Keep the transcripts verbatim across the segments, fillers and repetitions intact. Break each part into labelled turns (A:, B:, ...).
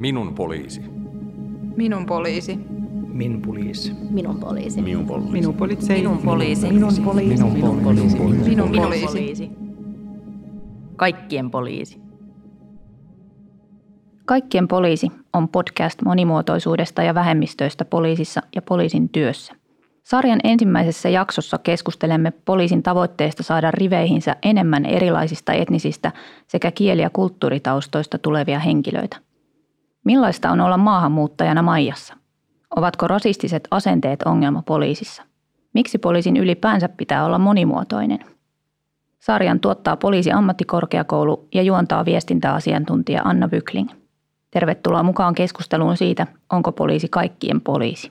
A: Minun poliisi.
B: Minun poliisi.
C: Minun poliisi.
D: Minun poliisi.
C: Minun poliisi.
B: Minun poliisi.
D: Minun poliisi.
B: Minun poliisi.
D: Minun poliisi.
B: Minun poliisi.
D: Kaikkien poliisi.
E: Kaikkien poliisi on podcast monimuotoisuudesta ja vähemmistöistä poliisissa ja poliisin työssä. Sarjan ensimmäisessä jaksossa keskustelemme poliisin tavoitteesta saada riveihinsä enemmän erilaisista etnisistä sekä kieli- ja kulttuuritaustoista tulevia henkilöitä. Millaista on olla maahanmuuttajana Maijassa? Ovatko rasistiset asenteet ongelma poliisissa? Miksi poliisin ylipäänsä pitää olla monimuotoinen? Sarjan tuottaa Poliisiammattikorkeakoulu ja juontaa viestintäasiantuntija Anna Bykling. Tervetuloa mukaan keskusteluun siitä, onko poliisi kaikkien poliisi.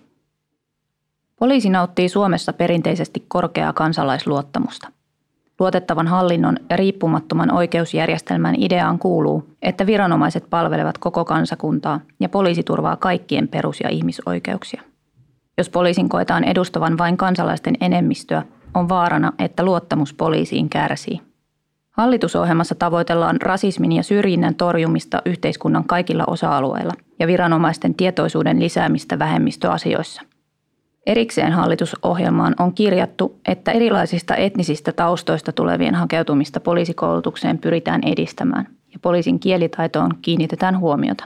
E: Poliisi nauttii Suomessa perinteisesti korkeaa kansalaisluottamusta. Luotettavan hallinnon ja riippumattoman oikeusjärjestelmän ideaan kuuluu, että viranomaiset palvelevat koko kansakuntaa ja poliisi turvaa kaikkien perus- ja ihmisoikeuksia. Jos poliisin koetaan edustavan vain kansalaisten enemmistöä, on vaarana, että luottamus poliisiin kärsii. Hallitusohjelmassa tavoitellaan rasismin ja syrjinnän torjumista yhteiskunnan kaikilla osa-alueilla ja viranomaisten tietoisuuden lisäämistä vähemmistöasioissa. Erikseen hallitusohjelmaan on kirjattu, että erilaisista etnisistä taustoista tulevien hakeutumista poliisikoulutukseen pyritään edistämään ja poliisin kielitaitoon kiinnitetään huomiota.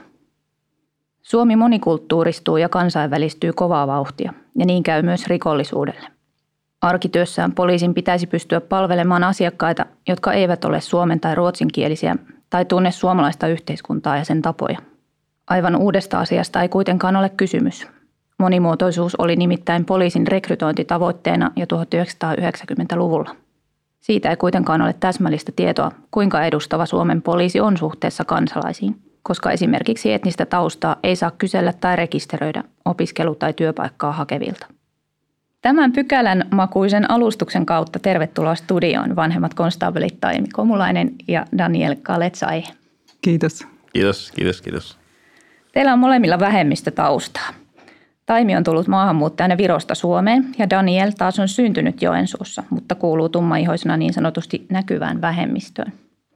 E: Suomi monikulttuuristuu ja kansainvälistyy kovaa vauhtia ja niin käy myös rikollisuudelle. Arkityössään poliisin pitäisi pystyä palvelemaan asiakkaita, jotka eivät ole suomen- tai ruotsinkielisiä tai tunne suomalaista yhteiskuntaa ja sen tapoja. Aivan uudesta asiasta ei kuitenkaan ole kysymys. Monimuotoisuus oli nimittäin poliisin rekrytointitavoitteena jo tuhatyhdeksänsataayhdeksänkymmentäluvulla. Siitä ei kuitenkaan ole täsmällistä tietoa, kuinka edustava Suomen poliisi on suhteessa kansalaisiin, koska esimerkiksi etnistä taustaa ei saa kysellä tai rekisteröidä opiskelu- tai työpaikkaa hakevilta. Tämän pykälän makuisen alustuksen kautta tervetuloa studioon vanhemmat konstaabelit Taimi Komulainen ja Daniel Kaletsai.
B: Kiitos.
C: Kiitos, kiitos, kiitos.
E: Teillä on molemmilla vähemmistötaustaa. Taimi on tullut maahanmuuttajana Virosta Suomeen ja Daniel taas on syntynyt Joensuussa, mutta kuuluu tummaihoisena niin sanotusti näkyvään vähemmistöön.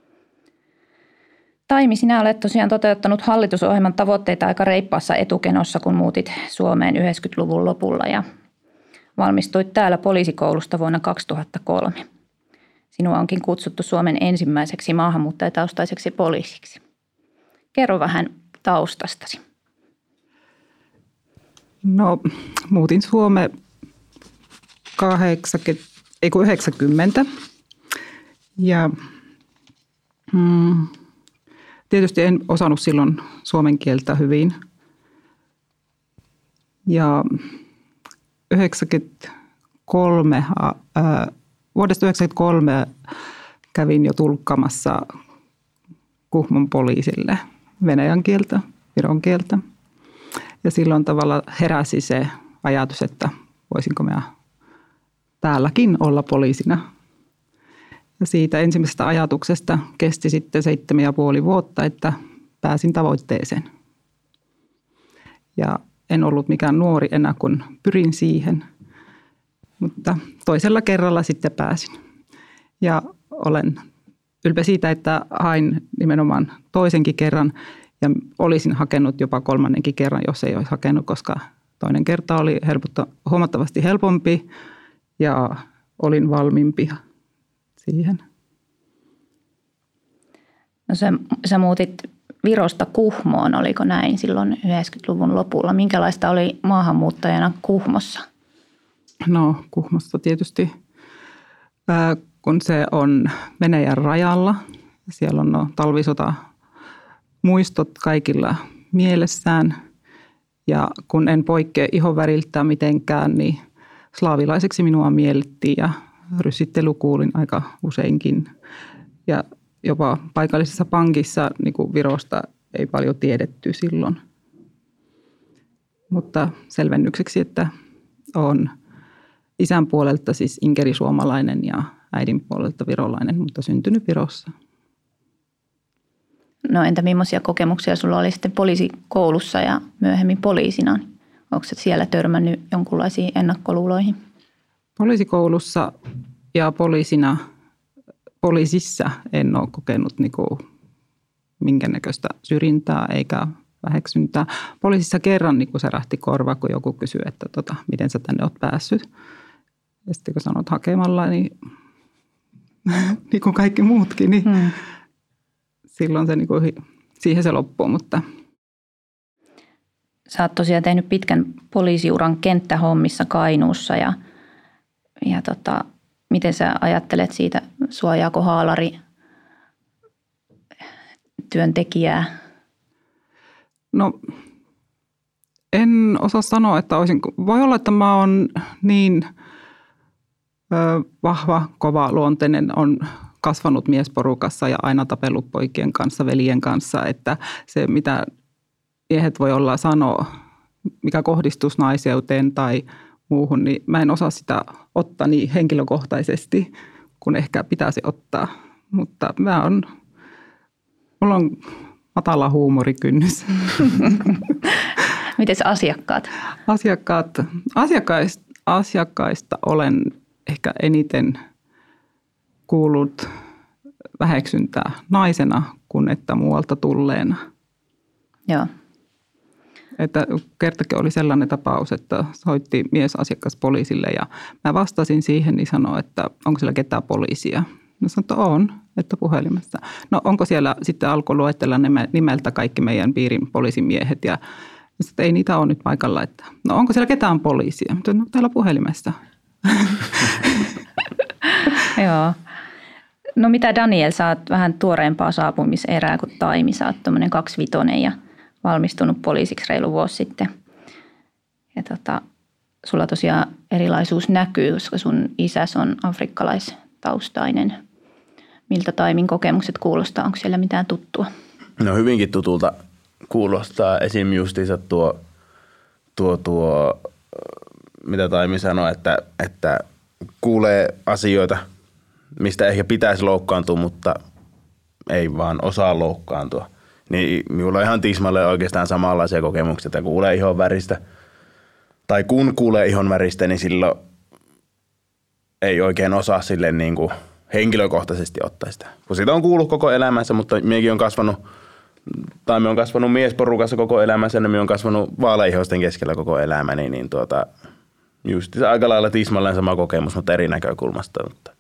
E: Taimi, sinä olet tosiaan toteuttanut hallitusohjelman tavoitteita aika reippaassa etukenossa, kun muutit Suomeen yhdeksänkymmentäluvun lopulla ja valmistuit täällä poliisikoulusta vuonna kaksituhattakolme. Sinua onkin kutsuttu Suomen ensimmäiseksi maahanmuuttajataustaiseksi poliisiksi. Kerro vähän taustastasi.
B: No, muutin Suomeen kahdeksankymmentä, ei kun yhdeksänkymmentä ja mm, tietysti en osannut silloin suomen kieltä hyvin ja yhdeksänkymmentäkolme, ää, vuodesta yhdeksänkymmentäkolme kävin jo tulkkaamassa Kuhmon poliisille venäjän kieltä, viron kieltä. Ja silloin tavalla heräsi se ajatus, että voisinko minä täälläkin olla poliisina. Ja siitä ensimmäisestä ajatuksesta kesti sitten seitsemän ja puoli vuotta, että pääsin tavoitteeseen. Ja en ollut mikään nuori enää, kun pyrin siihen, mutta toisella kerralla sitten pääsin. Ja olen ylpeä siitä, että hain nimenomaan toisenkin kerran ja olisin hakenut jopa kolmannenkin kerran, jos ei olisi hakenut, koska toinen kerta oli helpotto, huomattavasti helpompi ja olin valmiimpi siihen.
E: No sä, sä muutit Virosta Kuhmoon, oliko näin silloin yhdeksänkymmentäluvun lopulla? Minkälaista oli maahanmuuttajana Kuhmossa?
B: No Kuhmossa tietysti, ää, kun se on Venäjän rajalla. Siellä on no, talvisota muistot kaikilla mielessään. Ja kun en poikkea ihonväriltä mitenkään, niin slaavilaiseksi minua miellettiin ja ryssittely kuulin aika useinkin. Ja jopa paikallisessa pankissa niin kuin Virosta ei paljon tiedetty silloin. Mutta selvennykseksi, että olen isän puolelta siis inkerisuomalainen ja äidin puolelta virolainen, mutta syntynyt Virossa.
E: No entä millaisia kokemuksia sulla oli sitten poliisikoulussa ja myöhemmin poliisina? Onko se siellä törmännyt jonkinlaisiin ennakkoluuloihin?
B: Poliisikoulussa ja poliisina, poliisissa en ole kokenut niin kuin minkäännäköistä syrjintää eikä väheksyntää. Poliisissa kerran niin kun särähti korva, kun joku kysyi, että tota, miten sä tänne oot päässyt. Ja sitten kun sanot hakemalla, niin, niin kuin kaikki muutkin, niin hmm. silloin se, niin kuin, siihen se loppuu. Mutta
E: sä oot tosiaan tehnyt pitkän poliisiuran kenttähommissa Kainuussa ja, ja tota, miten sä ajattelet siitä, suojaako haalari työntekijää?
B: No en osaa sanoa, että olisin, voi olla, että mä oon niin ö, vahva, kova luonteinen, on kasvanut miesporukassa ja aina tapellut poikien kanssa, veljen kanssa, että se mitä miehet voi olla sanoa, mikä kohdistus naiseuteen tai muuhun, niin mä en osaa sitä ottaa niin henkilökohtaisesti, kun ehkä pitäisi ottaa, mutta mä on, mulla on matala huumorikynnys.
E: Mites asiakkaat?
B: Asiakkaat, asiakkaista, asiakkaista olen ehkä eniten kuullut väheksyntää naisena kuin että muualta tulleena.
E: Joo.
B: Että kertakin oli sellainen tapaus, että soitti miesasiakas poliisille ja mä vastasin siihen, niin sanoi, että onko siellä ketään poliisia. No sanoin, että on, että puhelimessa. No onko siellä sitten alkoi luettella nimeltä kaikki meidän piirin poliisimiehet ja että ei niitä ole nyt paikalla. Että, no onko siellä ketään poliisia? No täällä puhelimessa.
E: Joo. No mitä Daniel, sä oot vähän tuoreempaa saapumiserää kuin Taimi. Sä oot tommonen kaksivitonen ja valmistunut poliisiksi reilu vuosi sitten. Ja tota, sulla tosiaan erilaisuus näkyy, koska sun isäs on afrikkalaistaustainen. Miltä Taimin kokemukset kuulostaa? Onko siellä mitään tuttua?
C: No hyvinkin tutulta kuulostaa. Esim. Justiinsa tuo, tuo, tuo mitä Taimi sanoi, että, että kuulee asioita, mistä ehkä pitäisi loukkaantua, mutta ei vaan osaa loukkaantua. Niin minulla on ihan tismalle oikeastaan samanlaisia kokemuksia, että kuulee ihon väristä. Tai kun kuulee ihon väristä, niin silloin ei oikein osaa silleen niin kuin henkilökohtaisesti ottaa sitä. Kun sitä on kuullut koko elämänsä, mutta minäkin on kasvanut, tai minä on kasvanut miesporukassa koko elämänsä, ja minä on kasvanut vaaleihoisten keskellä koko elämäni, niin tuota, just aika lailla tismalleen sama kokemus, mutta eri näkökulmasta. Mutta.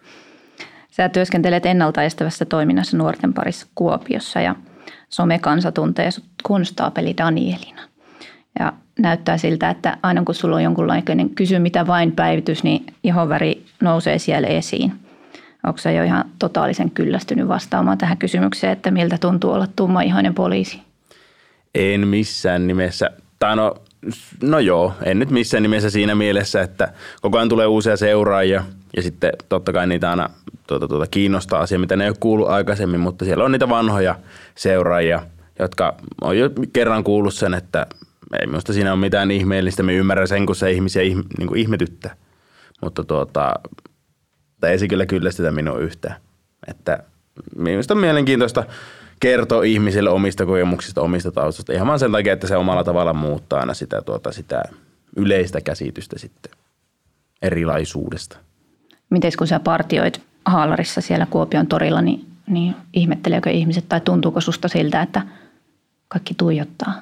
E: Sä työskentelet ennaltaestävässä toiminnassa nuorten parissa Kuopiossa ja somekansa tuntee sut konstaapeli Danielina. Ja näyttää siltä, että aina kun sulla on jonkunlainen kysy mitä vain päivitys, niin ihonväri nousee siellä esiin. Onko sä jo ihan totaalisen kyllästynyt vastaamaan tähän kysymykseen, että miltä tuntuu olla tummaihoinen poliisi?
C: En missään nimessä. Tai no, no joo, en nyt missään nimessä siinä mielessä, että koko ajan tulee uusia seuraajia ja sitten totta kai niitä aina tuota, tuota, kiinnostaa asia, mitä ne ei ole kuullut aikaisemmin, mutta siellä on niitä vanhoja seuraajia, jotka on jo kerran kuullut sen, että ei minusta siinä ole mitään ihmeellistä. Me ymmärrän sen, kun se ihmisiä niin kuin ihmetyttää, mutta tuota, ei se kyllä kyllästytä minua yhtään. Että minusta on mielenkiintoista kertoa ihmisille omista kokemuksista, omista taustasta. Ihan vaan sen takia, että se omalla tavalla muuttaa aina sitä, tuota, sitä yleistä käsitystä sitten erilaisuudesta.
E: Mites kun sä partioit haalarissa siellä Kuopion torilla, niin, niin ihmetteleekö ihmiset tai tuntuuko susta siltä, että kaikki tuijottaa?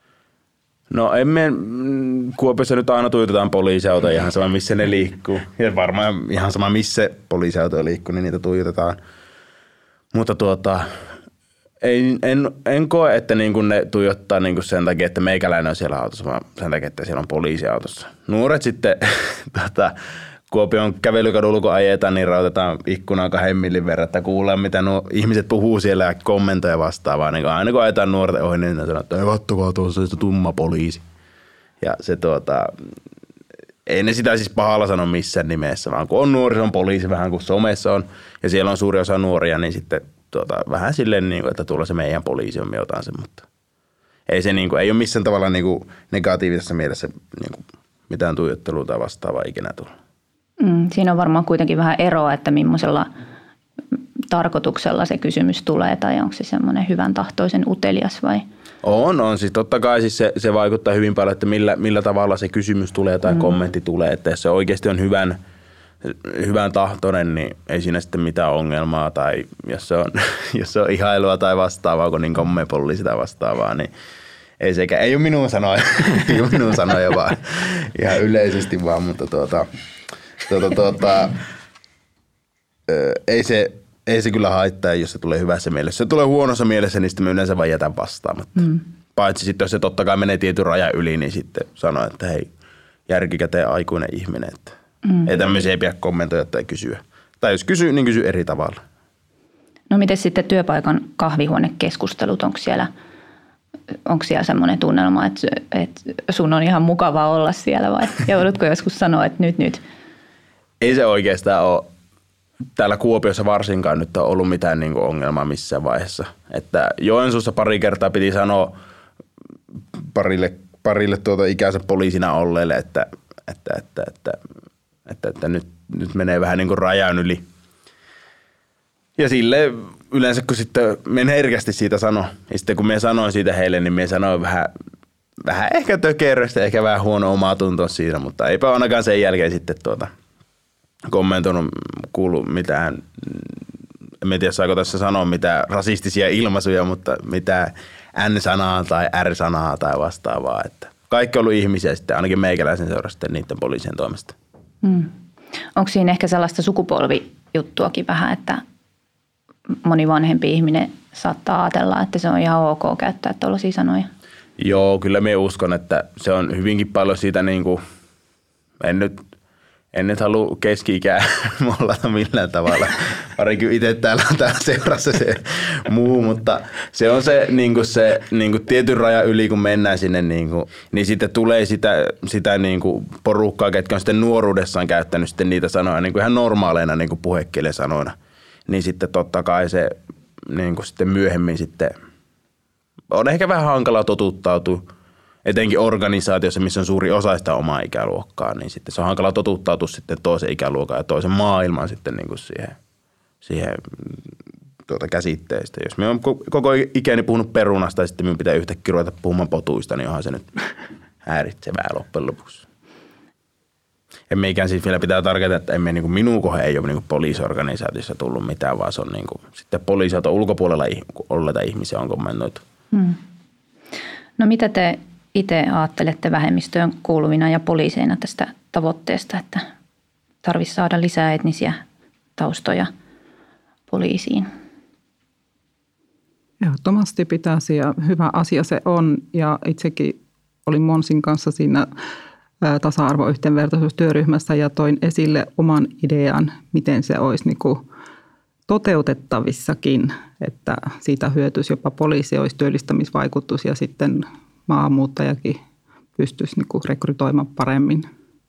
C: No emme, Kuopiossa nyt aina tuijotetaan poliisiautoja ihan sama missä ne liikkuu. Ja varmaan ihan sama missä poliisiautoja liikkuu, niin niitä tuijotetaan. Mutta tuota, en, en, en koe, että niin kuin ne tuijottaa niin kuin sen takia, että meikäläinen on siellä autossa, vaan sen takia, että siellä on poliisiautossa. Nuoret sitten tuota, Kuopion kävelykadulla, kun ajetaan, niin rautetaan ikkunaa kahden millin verran, että kuullaan, mitä nuo ihmiset puhuu siellä ja kommentoja vastaavaa. Niin aina kun ajetaan nuorten ohi, niin ne sanoo, että ei vattukaa tuossa se tumma poliisi. Ja se tuota, ei ne sitä siis pahalla sano missään nimessä, vaan kun on nuori, se on poliisi vähän kuin somessa on. Ja siellä on suuri osa nuoria, niin sitten tuota, vähän silleen, niin kuin, että tuolla se meidän poliisi on, me otan sen. Mutta ei se niin kuin, ei ole missään tavalla niin kuin negatiivisessa mielessä niin kuin mitään tuijottelua tai vastaavaa ikinä tulla.
E: Mm, siinä on varmaan kuitenkin vähän eroa, että millaisella tarkoituksella se kysymys tulee tai onko se semmoinen hyvän tahtoisen utelias vai?
C: On, on. Siis totta kai siis se, se vaikuttaa hyvin paljon, että millä, millä tavalla se kysymys tulee tai mm. kommentti tulee. Että jos se oikeasti on hyvän, hyvän tahtoinen, niin ei siinä sitten mitään ongelmaa. Tai jos se on, jos se on ihailua tai vastaavaa, kun niin kommepoliisi tai vastaavaa, niin ei sekä, ei ole minun sanoja, ei ole minun sanoja vaan ihan yleisesti vaan, mutta tuota, tuota, tuota ei se, ei se kyllä haittaa, jos se tulee hyvässä mielessä. Jos se tulee huonossa mielessä, niin sitten mä yleensä vaan jätän vastaamatta. Mm. Paitsi sitten, jos se totta kai menee tietyn rajan yli, niin sitten sanoo, että hei, järkikäteen aikuinen ihminen. Että mm. ei tämmöisiä ei pidä kommentoida tai kysyä. Tai jos kysyy, niin kysy eri tavalla.
E: No miten sitten työpaikan kahvihuonekeskustelut, onko siellä, onko siellä semmoinen tunnelma, että, että sun on ihan mukavaa olla siellä vai joudutko joskus sanoa, että nyt nyt?
C: Ei se oikeastaan ole. Täällä Kuopiossa varsinkaan nyt on ollut mitään niin kuin ongelmaa missään vaiheessa. Että Joensuussa pari kertaa piti sanoa parille, parille tuota ikäisen poliisina olleille, että, että, että, että, että, että nyt, nyt menee vähän niin kuin rajan yli. Ja sille yleensä kun sitten minä herkästi siitä sano. Ja sitten kun minä sanoin siitä heille, niin minä sanoin vähän, vähän ehkä tökeröstä, ehkä vähän huono omaa tuntoa siinä, mutta eipä ainakaan sen jälkeen sitten tuota kommentoinut, kuulu mitään, en tiedä saako tässä sanoa mitään rasistisia ilmaisuja, mutta mitään N-sanaa tai R-sanaa tai vastaavaa. Että kaikki on ollut ihmisiä sitten, ainakin meikäläisen seurasta niiden poliisien toimesta.
E: Mm. Onko siinä ehkä sellaista sukupolvijuttuakin vähän, että moni vanhempi ihminen saattaa ajatella, että se on ihan ok käyttää tuollaisia sanoja?
C: Joo, kyllä minä uskon, että se on hyvinkin paljon siitä, niin kuin, en nyt En nyt halua keski-ikää mollata millään tavalla, varsinkin itse täällä on täällä seurassa se muu, mutta se on se, niin se niin tietyn rajan yli, kun mennään sinne, niin, kuin, niin sitten tulee sitä, sitä niin porukkaa, ketkä on sitten nuoruudessaan käyttänyt sitten niitä sanoja niin ihan normaaleina niin puhekielen sanoina. Niin sitten totta kai se niin sitten myöhemmin sitten on ehkä vähän hankala totuttautua. Etenkin organisaatiossa, missä on suuri osa sitä omaa ikäluokkaa, niin sitten se on hankala totuttautua sitten toisen ikäluokan ja toisen maailman sitten niin kuin siihen, siihen tuota käsitteestä. Jos minä olen koko ikäni puhunut perunasta ja sitten minun pitää yhtäkkiä ruveta puhumaan potuista, niin onhan se nyt häiritsevää loppujen lopuksi. En meikään siis vielä pitää tarkoittaa, että emme, niin kuin minun kohde ei ole niin kuin poliisiorganisaatiossa tullut mitään, vaan se on niin kuin, sitten poliisiauton ulkopuolella olleita ihmisiä on kommentoitu. Hmm.
E: No mitä te itse ajattelette vähemmistöön kuuluvina ja poliiseina tästä tavoitteesta, että tarvitsisi saada lisää etnisiä taustoja poliisiin?
B: Ehdottomasti pitäisi ja hyvä asia se on. Ja itsekin olin Monsin kanssa siinä tasa-arvo-yhdenvertaisuustyöryhmässä ja toin esille oman idean, miten se olisi niin kuin toteutettavissakin, että siitä hyötyisi jopa poliisi, olisi työllistämisvaikutus ja sitten maahanmuuttajakin pystyisi niin kuin rekrytoimaan paremmin.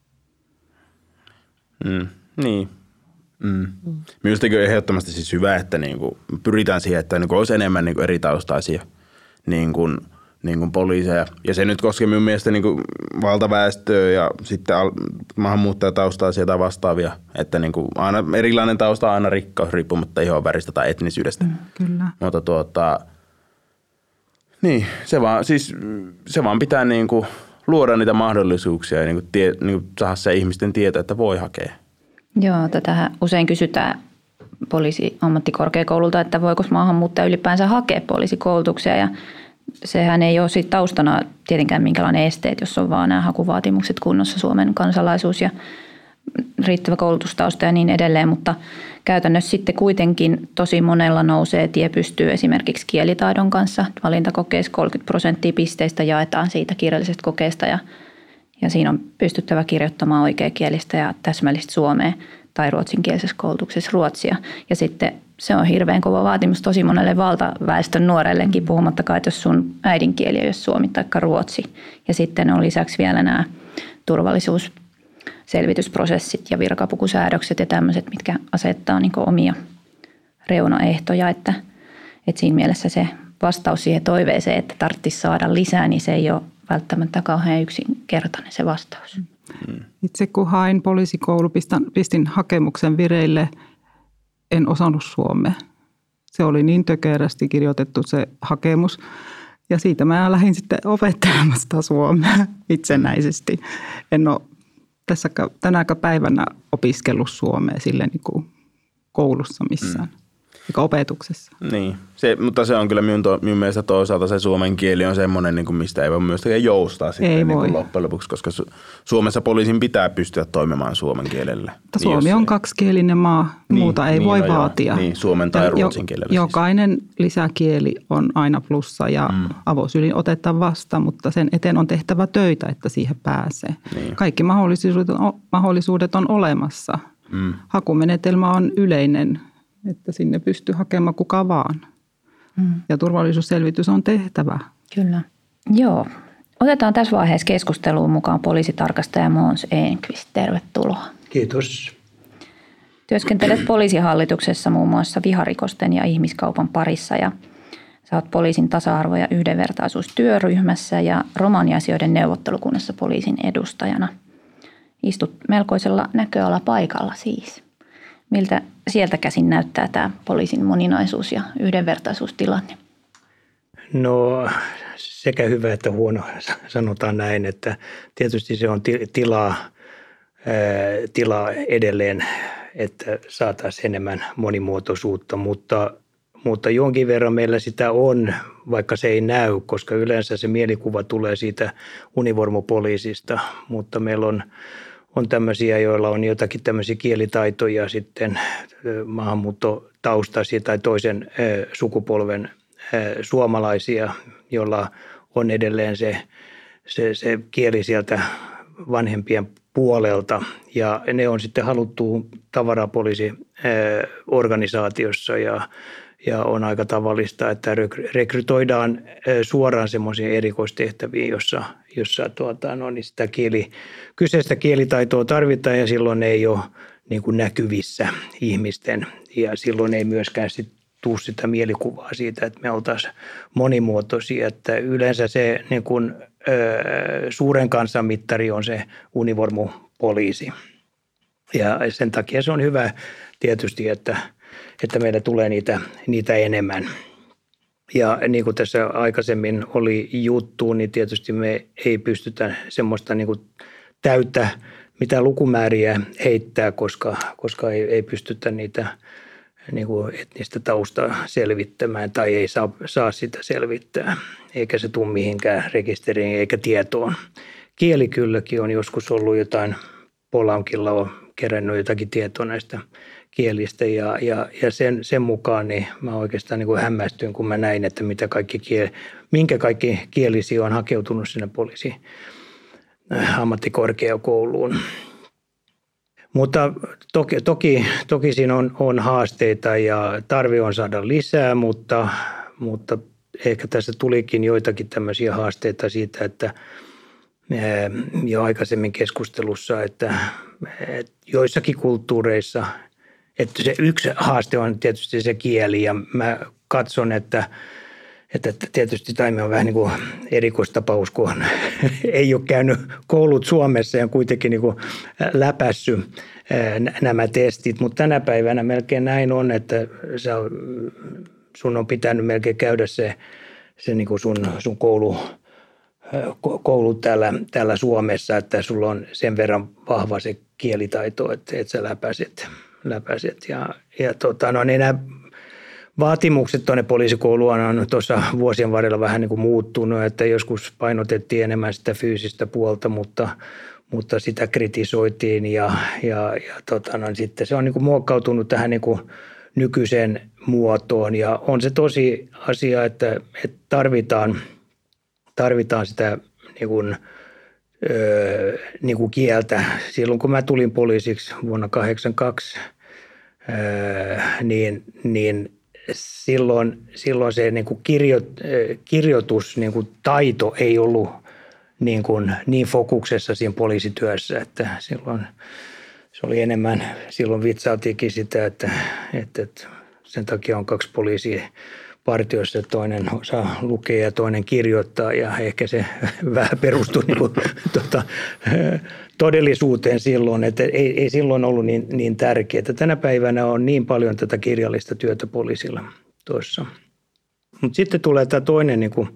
C: Mm, niin. Mm. Minusta on ehdottomasti siis hyvä, että niin kuin pyritään siihen, että niin kuin olisi enemmän niin kuin eri taustaisia niin kuin, niin kuin poliiseja. Ja se nyt koskee minun mielestä niin kuin valtaväestöä ja sitten maahanmuuttajataustaisia tai vastaavia. Että niin kuin aina erilainen tausta on aina rikkaus riippumatta ihonväristä tai etnisyydestä. Mm,
B: kyllä.
C: Mutta tuota, niin, se vaan, siis, se vaan pitää niin kuin luoda niitä mahdollisuuksia ja niin kuin tie, niin kuin saada se ihmisten tieto, että voi hakea.
E: Joo, tätähän usein kysytään poliisiammattikorkeakoululta, että voiko maahanmuuttaja ylipäänsä hakea poliisikoulutuksia ja sehän ei ole siitä taustana tietenkään minkälainen esteet, jos on vaan nämä hakuvaatimukset kunnossa, Suomen kansalaisuus ja riittävä koulutustausta ja niin edelleen, mutta käytännössä sitten kuitenkin tosi monella nousee tie pystyy esimerkiksi kielitaidon kanssa. Valintakokeessa kolmekymmentä prosenttia pisteistä jaetaan siitä kirjallisesta kokeesta ja, ja siinä on pystyttävä kirjoittamaan oikeakielistä ja täsmällistä suomea tai ruotsinkielisessä koulutuksessa ruotsia. Ja sitten se on hirveän kova vaatimus tosi monelle valtaväestön nuorellekin, puhumattakaan, että jos sun äidinkieli on jos suomi tai ruotsi. Ja sitten on lisäksi vielä nämä turvallisuusselvitysprosessit ja virkapukusäädökset ja tämmöiset, mitkä asettaa niin kuin omia reunaehtoja. Että, että siinä mielessä se vastaus siihen toiveeseen, että tarvitsisi saada lisää, niin se ei ole välttämättä kauhean yksinkertainen se vastaus.
B: Itse kun hain poliisikoulu, pistin hakemuksen vireille, en osannut suomea. Se oli niin tökerästi kirjoitettu se hakemus. Ja siitä mä lähdin sitten opettelemaan sitä suomea itsenäisesti. En ole tässä, tänäkään päivänä opiskellut suomea silleen niin kuin koulussa missään. Mm. eikä opetuksessa.
C: Niin, se, mutta se on kyllä minun, to, minun mielestä toisaalta se suomen kieli on semmoinen, niin kuin mistä ei voi myöskään joustaa sitten
B: ei
C: niin
B: voi.
C: Kuin loppujen lopuksi, koska Su- Suomessa poliisin pitää pystyä toimimaan suomen kielellä.
B: Mutta Suomi niin on ei... kaksikielinen maa,
C: niin,
B: muuta ei
C: niin,
B: voi
C: no
B: vaatia.
C: Niin, suomen tai
B: ja
C: ruotsin kielellä.
B: Jokainen siis. lisäkieli on aina plussa ja mm. avosylin otetaan vasta, mutta sen eteen on tehtävä töitä, että siihen pääsee. Niin. Kaikki mahdollisuudet on, mahdollisuudet on olemassa. Mm. Hakumenetelmä on yleinen, että sinne pystyy hakemaan kuka vaan. Mm. Ja turvallisuusselvitys on tehtävä.
E: Kyllä. Joo. Otetaan tässä vaiheessa keskusteluun mukaan poliisitarkastaja Måns Enqvist. Tervetuloa.
A: Kiitos.
E: Työskentelet poliisihallituksessa muun muassa viharikosten ja ihmiskaupan parissa ja sä oot poliisin tasa-arvo- ja yhdenvertaisuustyöryhmässä ja romaniasioiden neuvottelukunnassa poliisin edustajana. Istut melkoisella näköalapaikalla siis. Miltä sieltä käsin näyttää tämä poliisin moninaisuus ja yhdenvertaisuustilanne?
A: No sekä hyvä että huono, sanotaan näin, että tietysti se on tilaa, tilaa edelleen, että saataisiin enemmän monimuotoisuutta, mutta, mutta jonkin verran meillä sitä on, vaikka se ei näy, koska yleensä se mielikuva tulee siitä univormupoliisista, mutta meillä on On tämmöisiä, joilla on jotakin tämmöisiä kielitaitoja sitten maahanmuuttotaustaisia tai toisen sukupolven suomalaisia, joilla on edelleen se, se, se kieli sieltä vanhempien puolelta. Ja ne on sitten haluttu tavarapoliisiorganisaatiossa ja Ja on aika tavallista, että rekrytoidaan suoraan semmoisiin erikoistehtäviin, jossa, jossa tuota, no, niin sitä kieli, kyseistä kielitaitoa tarvitaan ja silloin ei ole niin kuin näkyvissä ihmisten. Ja silloin ei myöskään sit tule sitä mielikuvaa siitä, että me oltaisiin monimuotoisia. Että yleensä se niin kuin, ö, suuren kansan mittari on se univormupoliisi. Ja sen takia se on hyvä tietysti, että että meillä tulee niitä, niitä enemmän. Ja niin kuin tässä aikaisemmin oli juttu, niin tietysti me ei pystytä semmoista niin kuin täyttä mitään lukumääriä heittää, koska, koska ei, ei pystytä niitä niin kuin etnistä taustaa selvittämään tai ei saa, saa sitä selvittää, eikä se tule mihinkään rekisteriin eikä tietoon. Kieli kylläkin on joskus ollut jotain, Polankilla on kerännyt jotakin tietoa näistä kielistä ja, ja, ja sen, sen mukaan niin mä oikeastaan niin kuin hämmästyin, kun mä näin, että mitä kaikki kiel, minkä kaikki kielisiä on hakeutunut sinne poliisi ammattikorkeakouluun. Mutta toki, toki, toki siinä on, on haasteita ja tarve on saada lisää, mutta, mutta ehkä tässä tulikin joitakin tämmöisiä haasteita siitä, että jo aikaisemmin keskustelussa, että, että joissakin kulttuureissa, että se yksi haaste on tietysti se kieli ja mä katson, että, että tietysti Taimi on vähän niin kuin erikoistapaus, kun ei ole käynyt koulut Suomessa ja kuitenkin niin kuin läpässyt nämä testit, mutta tänä päivänä melkein näin on, että sun on pitänyt melkein käydä se, se niin kuin sun, sun koulu, koulu täällä, täällä Suomessa, että sulla on sen verran vahva se kielitaito, että, että sä läpäiset. läpäiset. Ja, ja tota, no, niin nämä vaatimukset tuonne poliisikouluun on tuossa vuosien varrella vähän niin kuin muuttunut, että joskus painotettiin enemmän sitä fyysistä puolta, mutta, mutta sitä kritisoitiin ja, ja, ja tota, no, sitten se on niin kuin muokkautunut tähän niin kuin nykyiseen muotoon ja on se tosi asia, että, että tarvitaan, tarvitaan sitä niin kuin, öö, niin kuin kieltä. Silloin kun mä tulin poliisiksi vuonna kahdeksankymmentäkaksi, öö, niin, niin silloin, silloin se niin kuin kirjo, kirjoitus, niin kuin taito ei ollut niin, kuin, niin fokuksessa siinä poliisityössä, että silloin se oli enemmän, silloin vitsailtiinkin sitä, että, että, että sen takia on kaksi poliisia partioissa, että toinen osaa lukea ja toinen kirjoittaa ja ehkä se vähän perustui niin kuin, tuota, todellisuuteen silloin, että ei, ei silloin ollut niin, niin tärkeää. Tänä päivänä on niin paljon tätä kirjallista työtä poliisilla tuossa. Mutta sitten tulee tämä toinen, niin kuin,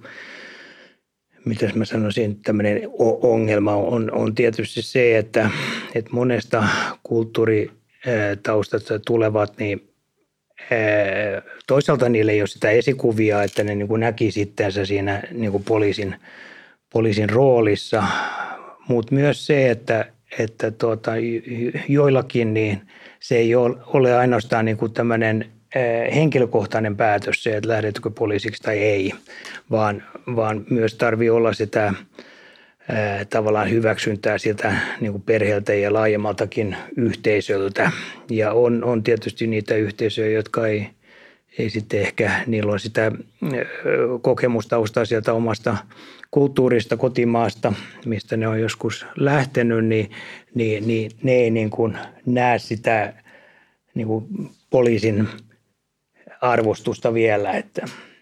A: mitäs mä sanoisin, tämmöinen ongelma on, on tietysti se, että, että monesta kulttuuritaustasta tulevat, niin toisaalta niillä ei ole sitä esikuvia, että ne niin kuin näki sittensä siinä niin kuin poliisin, poliisin roolissa, mutta myös se, että, että tuota, joillakin niin se ei ole ainoastaan niin kuin tämmöinen henkilökohtainen päätös se, että lähdetkö poliisiksi tai ei, vaan, vaan myös tarvii olla sitä ää, tavallaan hyväksyntää sieltä niin kuin perheeltä ja laajemmaltakin yhteisöltä. Ja on, on tietysti niitä yhteisöjä, jotka ei, ei sitten ehkä, niillä on sitä kokemustaustaa sieltä omasta kulttuurista, kotimaasta, mistä ne on joskus lähtenyt, niin, niin, niin ne ei niin kuin näe sitä niin kuin poliisin arvostusta vielä. Että.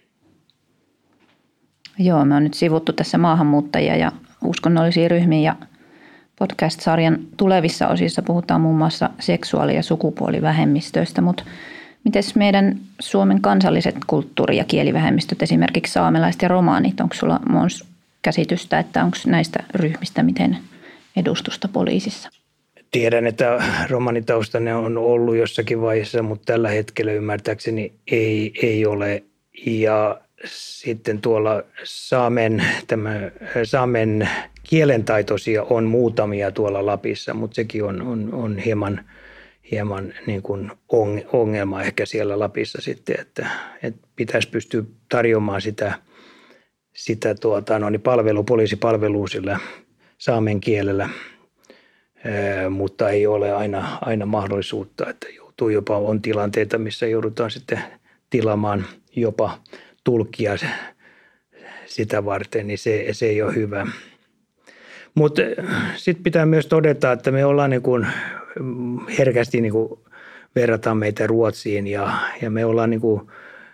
E: Joo, me on nyt sivuttu tässä maahanmuuttajia ja uskonnollisia ryhmiä ja podcast-sarjan tulevissa osissa puhutaan muun muassa seksuaali- ja sukupuolivähemmistöistä, mutta miten meidän Suomen kansalliset kulttuuri- ja kielivähemmistöt, esimerkiksi saamelaiset ja romaanit, onko sulla Måns käsitystä, että onko näistä ryhmistä miten edustusta poliisissa?
A: Tiedän, että romanitaustainen on ollut jossakin vaiheessa, mutta tällä hetkellä ymmärtääkseni ei, ei ole. Ja sitten tuolla saamen, tämä, saamen kielentaitoisia on muutamia tuolla Lapissa, mutta sekin on, on, on hieman, hieman niin kuin ongelma ehkä siellä Lapissa sitten, että, että pitäisi pystyä tarjoamaan sitä, sitä tuota, no niin palvelu, poliisipalvelua sillä saamen kielellä. Mutta ei ole aina, aina mahdollisuutta, että joutuu jopa, on tilanteita, missä joudutaan sitten tilaamaan jopa tulkkia sitä varten, niin se, se ei ole hyvä. Mutta sitten pitää myös todeta, että me ollaan niin kuin herkästi niin kuin verrataan meitä Ruotsiin ja, ja me ollaan niin kuin,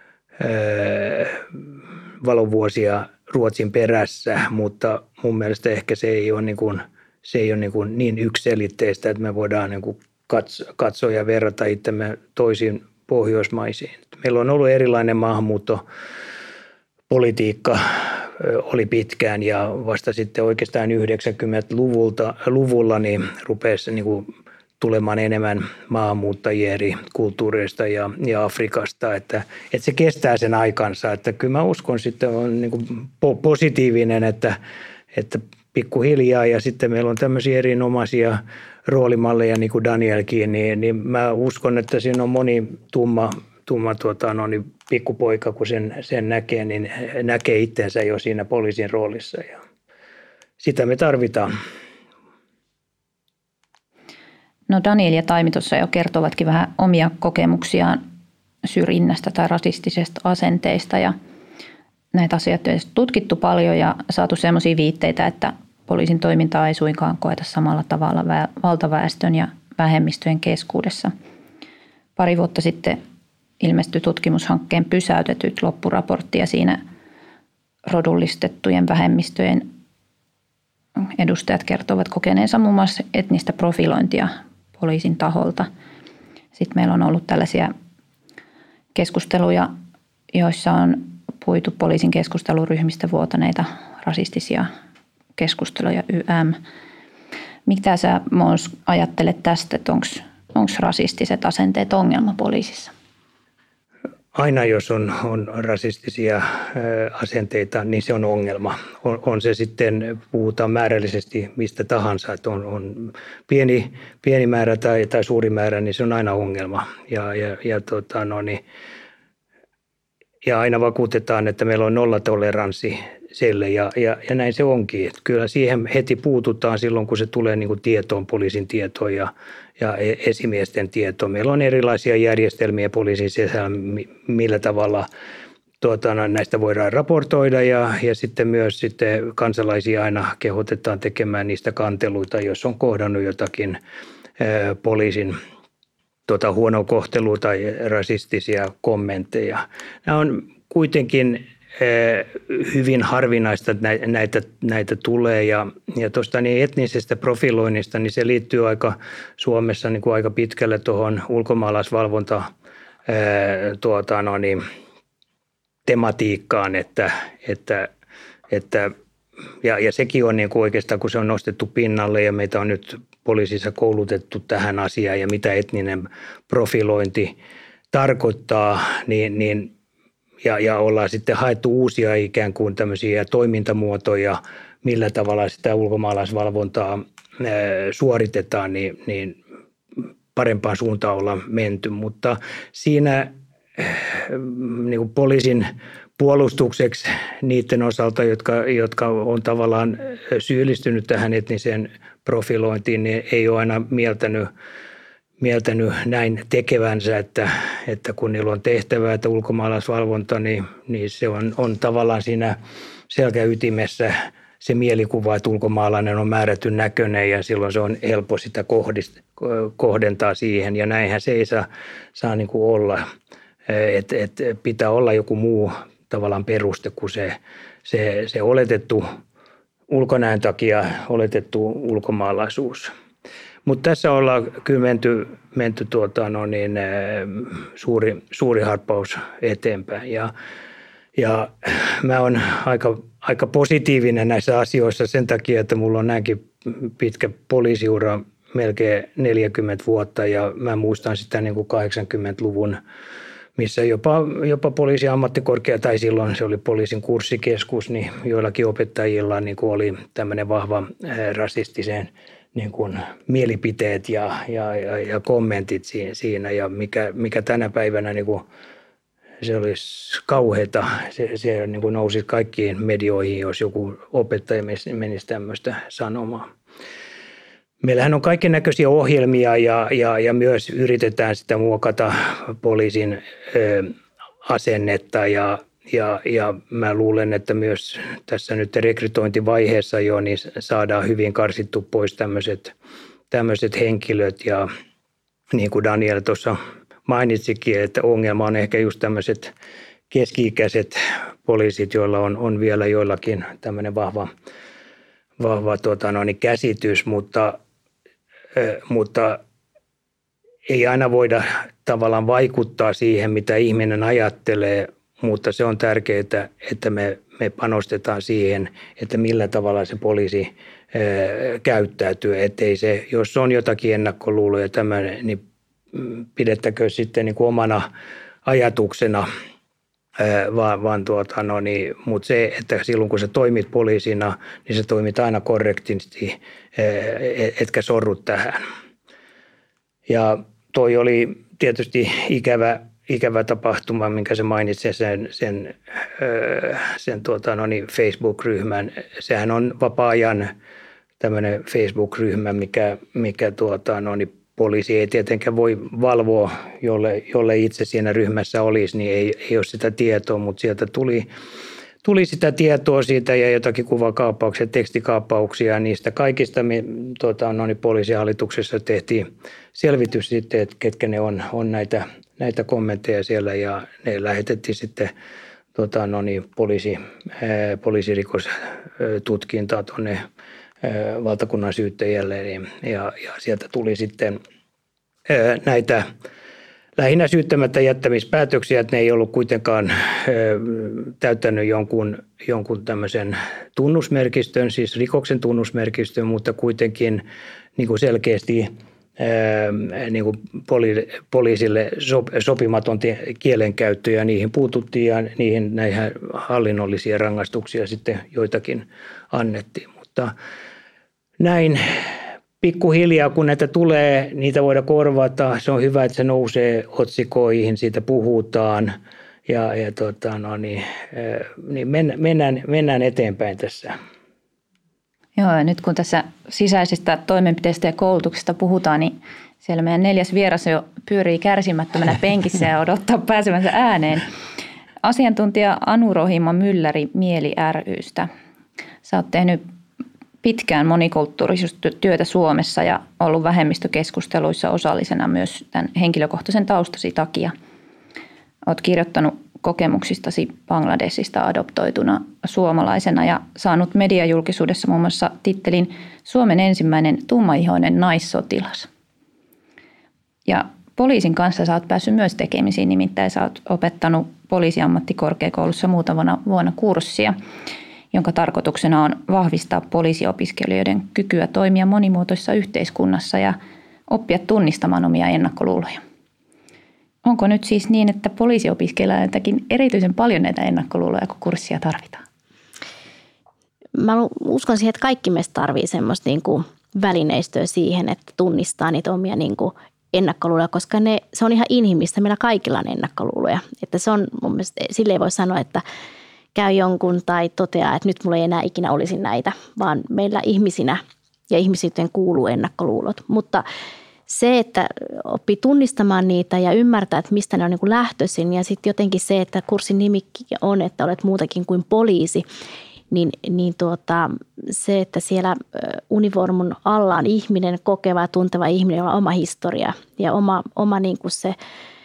A: ää, valovuosia Ruotsin perässä, mutta mun mielestä ehkä se ei ole niin kuin Se ei ole niin, kuin niin yksiselitteistä, että me voidaan niin kuin katsoa ja verrata itsemme toisiin pohjoismaisiin. Meillä on ollut erilainen maahanmuuttopolitiikka, oli pitkään ja vasta sitten oikeastaan yhdeksänkymmentäluvulla niin rupesi niin kuin tulemaan enemmän maahanmuuttajia eri kulttuureista ja, ja Afrikasta, että, että se kestää sen aikansa. Että kyllä mä uskon sitten on niin kuin positiivinen, että, että pikkuhiljaa ja sitten meillä on tämmöisiä erinomaisia roolimalleja niin kuin Danielkin, niin, niin mä uskon, että siinä on moni tumma, tumma tuota, no niin, pikkupoika, kun sen, sen näkee, niin näkee itsensä jo siinä poliisin roolissa ja sitä me tarvitaan.
E: No Daniel ja Taimi tuossa jo kertovatkin vähän omia kokemuksiaan syrjinnästä tai rasistisesta asenteista ja näitä asioita on tutkittu paljon ja saatu sellaisia viitteitä, että poliisin toimintaa ei suinkaan koeta samalla tavalla valtaväestön ja vähemmistöjen keskuudessa. Pari vuotta sitten ilmestyi tutkimushankkeen Pysäytetyt loppuraportti ja siinä rodullistettujen vähemmistöjen edustajat kertovat kokeneensa muun muassa etnistä profilointia poliisin taholta. Sitten meillä on ollut tällaisia keskusteluja, joissa on puitu poliisin keskusteluryhmistä vuotaneita rasistisia keskusteluja Y M. Mitä sä Måns ajattelet tästä, että onko rasistiset asenteet ongelma poliisissa?
A: Aina jos on, on rasistisia asenteita, niin se on ongelma. On, on se sitten, puhutaan määrällisesti mistä tahansa, että on, on pieni, pieni määrä tai, tai suuri määrä, niin se on aina ongelma. Ja, ja, ja tota, no niin, Ja aina vakuutetaan, että meillä on nollatoleranssi sille ja, ja, ja näin se onkin. Että kyllä siihen heti puututaan silloin, kun se tulee niin kuin tietoon, poliisin tietoon ja, ja esimiesten tietoon. Meillä on erilaisia järjestelmiä poliisin sisällä, millä tavalla tuota, näistä voidaan raportoida ja, ja sitten myös sitten kansalaisia aina kehotetaan tekemään niistä kanteluita, jos on kohdannut jotakin ää, poliisin tuota, huonoa kohtelua tai rasistisia kommentteja. Nämä on kuitenkin hyvin harvinaista, että näitä, näitä tulee ja, ja tuosta niin etnisestä profiloinnista, niin se liittyy aika Suomessa niin kuin aika pitkälle tuohon ulkomaalaisvalvonta tuota, no niin, tematiikkaan, että, että, että ja, ja sekin on niin kuin oikeastaan, kun se on nostettu pinnalle ja meitä on nyt poliisissa koulutettu tähän asiaan ja mitä etninen profilointi tarkoittaa, niin, niin, ja, ja ollaan sitten haettu uusia ikään kuin tämmöisiä toimintamuotoja, millä tavalla sitä ulkomaalaisvalvontaa suoritetaan, niin, niin parempaan suuntaan ollaan menty, mutta siinä niin kuin poliisin puolustukseksi niiden osalta, jotka, jotka on tavallaan syyllistynyt tähän etniseen profilointiin, niin ei ole aina mieltänyt, mieltänyt näin tekevänsä, että, että kun niillä on tehtävää, että ulkomaalaisvalvonta, niin, niin se on, on tavallaan siinä selkäytimessä se mielikuva, että ulkomaalainen on määrätyn näköinen ja silloin se on helppo sitä kohdist, kohdentaa siihen ja näinhän se ei saa, saa niin kuin olla, että et pitää olla joku muu tavallaan peruste kuin se, se, se oletettu ulkonäön takia oletettu ulkomaalaisuus. Mutta tässä ollaan kyllä menty, menty tuota, no niin, suuri, suuri harppaus eteenpäin ja, ja mä oon aika, aika positiivinen näissä asioissa sen takia, että mulla on näinkin pitkä poliisiura, melkein neljäkymmentä vuotta ja mä muistan sitä niin kuin kahdeksankymmentäluvun, missä jopa, jopa poliisin ammattikorkea tai silloin se oli poliisin kurssikeskus, niin joillakin opettajilla niin kuin oli tämmöinen vahva rasistisen niin kuin mielipiteet ja, ja, ja, ja kommentit siinä ja mikä, mikä tänä päivänä niin kuin se olisi kauheata. Se, se niin kuin nousi kaikkiin medioihin, jos joku opettaja menisi tämmöistä sanomaan. Meillähän on kaiken näköisiä ohjelmia ja, ja, ja myös yritetään sitä muokata poliisin ö, asennetta ja, ja, ja mä luulen, että myös tässä nyt rekrytointivaiheessa jo niin saadaan hyvin karsittu pois tämmöiset, tämmöiset henkilöt ja niin kuin Daniel tuossa mainitsikin, että ongelma on ehkä just tämmöiset keski-ikäiset poliisit, joilla on, on vielä joillakin tämmöinen vahva, vahva tuota, no niin käsitys, mutta mutta ei aina voida tavallaan vaikuttaa siihen, mitä ihminen ajattelee, mutta se on tärkeää, että me, me panostetaan siihen, että millä tavalla se poliisi ää, käyttäytyy. Ettei se, jos on jotakin ennakkoluuloja tämmöinen, niin pidettäkö sitten niin kuin omana ajatuksena, ää, vaan, vaan tuota, no niin, mutta se, että silloin kun sä toimit poliisina, niin sä toimit aina korrektisti, etkä sorru tähän. Ja toi oli tietysti ikävä, ikävä tapahtuma, minkä se mainitsi sen, sen, sen tuota, no niin, Facebook-ryhmän. Sehän on vapaa-ajan tämmöinen Facebook-ryhmä, mikä, mikä tuota, no niin, poliisi ei tietenkään voi valvoa, jolle, jolle itse siinä ryhmässä olisi, niin ei, ei ole sitä tietoa, mutta sieltä tuli Tuli sitä tietoa siitä ja jotakin kuvakaappauksia, tekstikaappauksia ja niistä kaikista me, tuota, no niin, poliisihallituksessa tehtiin selvitys sitten, että ketkä ne on, on näitä, näitä kommentteja siellä ja ne lähetettiin sitten tuota, no niin, poliisi, ää, poliisirikostutkintaa tuonne valtakunnan syyttäjälle ja, ja sieltä tuli sitten ää, näitä lähinnä syyttämättä jättämispäätöksiä, että ne ei ollut kuitenkaan täyttänyt jonkun, jonkun tämmöisen tunnusmerkistön, siis rikoksen tunnusmerkistön, mutta kuitenkin niin kuin selkeästi niin kuin poliisille sopimaton kielenkäyttö ja niihin puututtiin ja niihin näihin hallinnollisia rangaistuksia sitten joitakin annettiin, mutta näin. Pikkuhiljaa, kun näitä tulee, niitä voidaan korvata. Se on hyvä, että se nousee otsikoihin, siitä puhutaan ja, ja tota, no niin, niin mennään, mennään eteenpäin tässä.
E: Joo, ja nyt kun tässä sisäisistä toimenpiteistä ja koulutuksesta puhutaan, niin siellä meidän neljäs vieras jo pyörii kärsimättömänä penkissä ja odottaa pääsemänsä ääneen. Asiantuntija Anu Rohima-Mylläri Mieli ry:stä. Sä oot tehnyt pitkään monikulttuurisuustyötä Suomessa ja ollut vähemmistökeskusteluissa osallisena myös tämän henkilökohtaisen taustasi takia. Olet kirjoittanut kokemuksistasi Bangladesista adoptoituna suomalaisena ja saanut mediajulkisuudessa muun muassa tittelin Suomen ensimmäinen tummaihoinen naissotilas. Ja poliisin kanssa sä oot päässyt myös tekemisiin, nimittäin sä oot opettanut poliisiammattikorkeakoulussa muutamana vuonna kurssia, jonka tarkoituksena on vahvistaa poliisiopiskelijoiden kykyä toimia monimuotoisessa yhteiskunnassa ja oppia tunnistamaan omia ennakkoluuloja. Onko nyt siis niin, että poliisiopiskelijoiltakin erityisen paljon näitä ennakkoluuloja, kun kurssia tarvitaan?
F: Mä uskon siihen, että kaikki meistä tarvitsee semmoista niin kuin välineistöä siihen, että tunnistaa niitä omia niin kuin ennakkoluuloja, koska ne, se on ihan inhimillistä. Meillä kaikilla on ennakkoluuloja. Että se on mun mielestä, sille ei voi sanoa, että käy jonkun tai toteaa, että nyt mulla ei enää ikinä olisi näitä, vaan meillä ihmisinä ja ihmisyyteen kuuluu ennakkoluulot. Mutta se, että oppii tunnistamaan niitä ja ymmärtää, että mistä ne on niin kuin lähtöisin ja sitten jotenkin se, että kurssin nimikin on, että olet muutakin kuin poliisi, niin, niin tuota, se, että siellä univormun alla on ihminen, kokeva ja tunteva ihminen, jolla on oma historia ja oma, oma niin kuin se,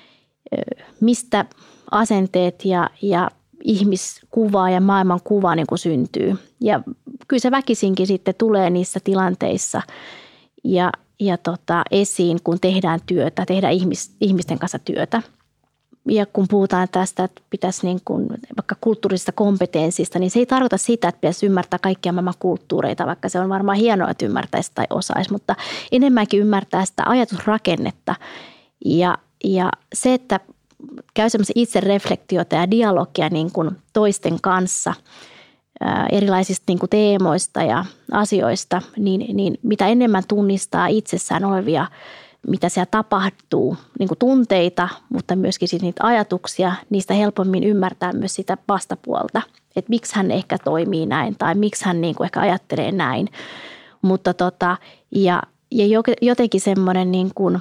F: mistä asenteet ja, ja ihmiskuva ja maailmankuva niin kuin syntyy. Ja kyllä se väkisinkin sitten tulee niissä tilanteissa ja, ja tota, esiin, kun tehdään työtä, tehdään ihmis, ihmisten kanssa työtä. Ja kun puhutaan tästä, että pitäisi niin kuin, vaikka kulttuurisesta kompetenssista, niin se ei tarkoita sitä, että pitäisi ymmärtää kaikkia maailman kulttuureita, vaikka se on varmaan hienoa, että ymmärtäisi tai osaisi, mutta enemmänkin ymmärtää sitä ajatusrakennetta ja, ja se, että käy semmoisen itsereflektiota ja dialogia niin kuin toisten kanssa ää, erilaisista niin kuin teemoista ja asioista, niin, niin mitä enemmän tunnistaa itsessään olevia, mitä siellä tapahtuu, niin kuin tunteita, mutta myöskin sit niitä ajatuksia, niistä helpommin ymmärtää myös sitä vastapuolta, että miksi hän ehkä toimii näin tai miksi hän niin kuin ehkä ajattelee näin. Mutta tota, ja, ja jotenkin semmoinen niin kuin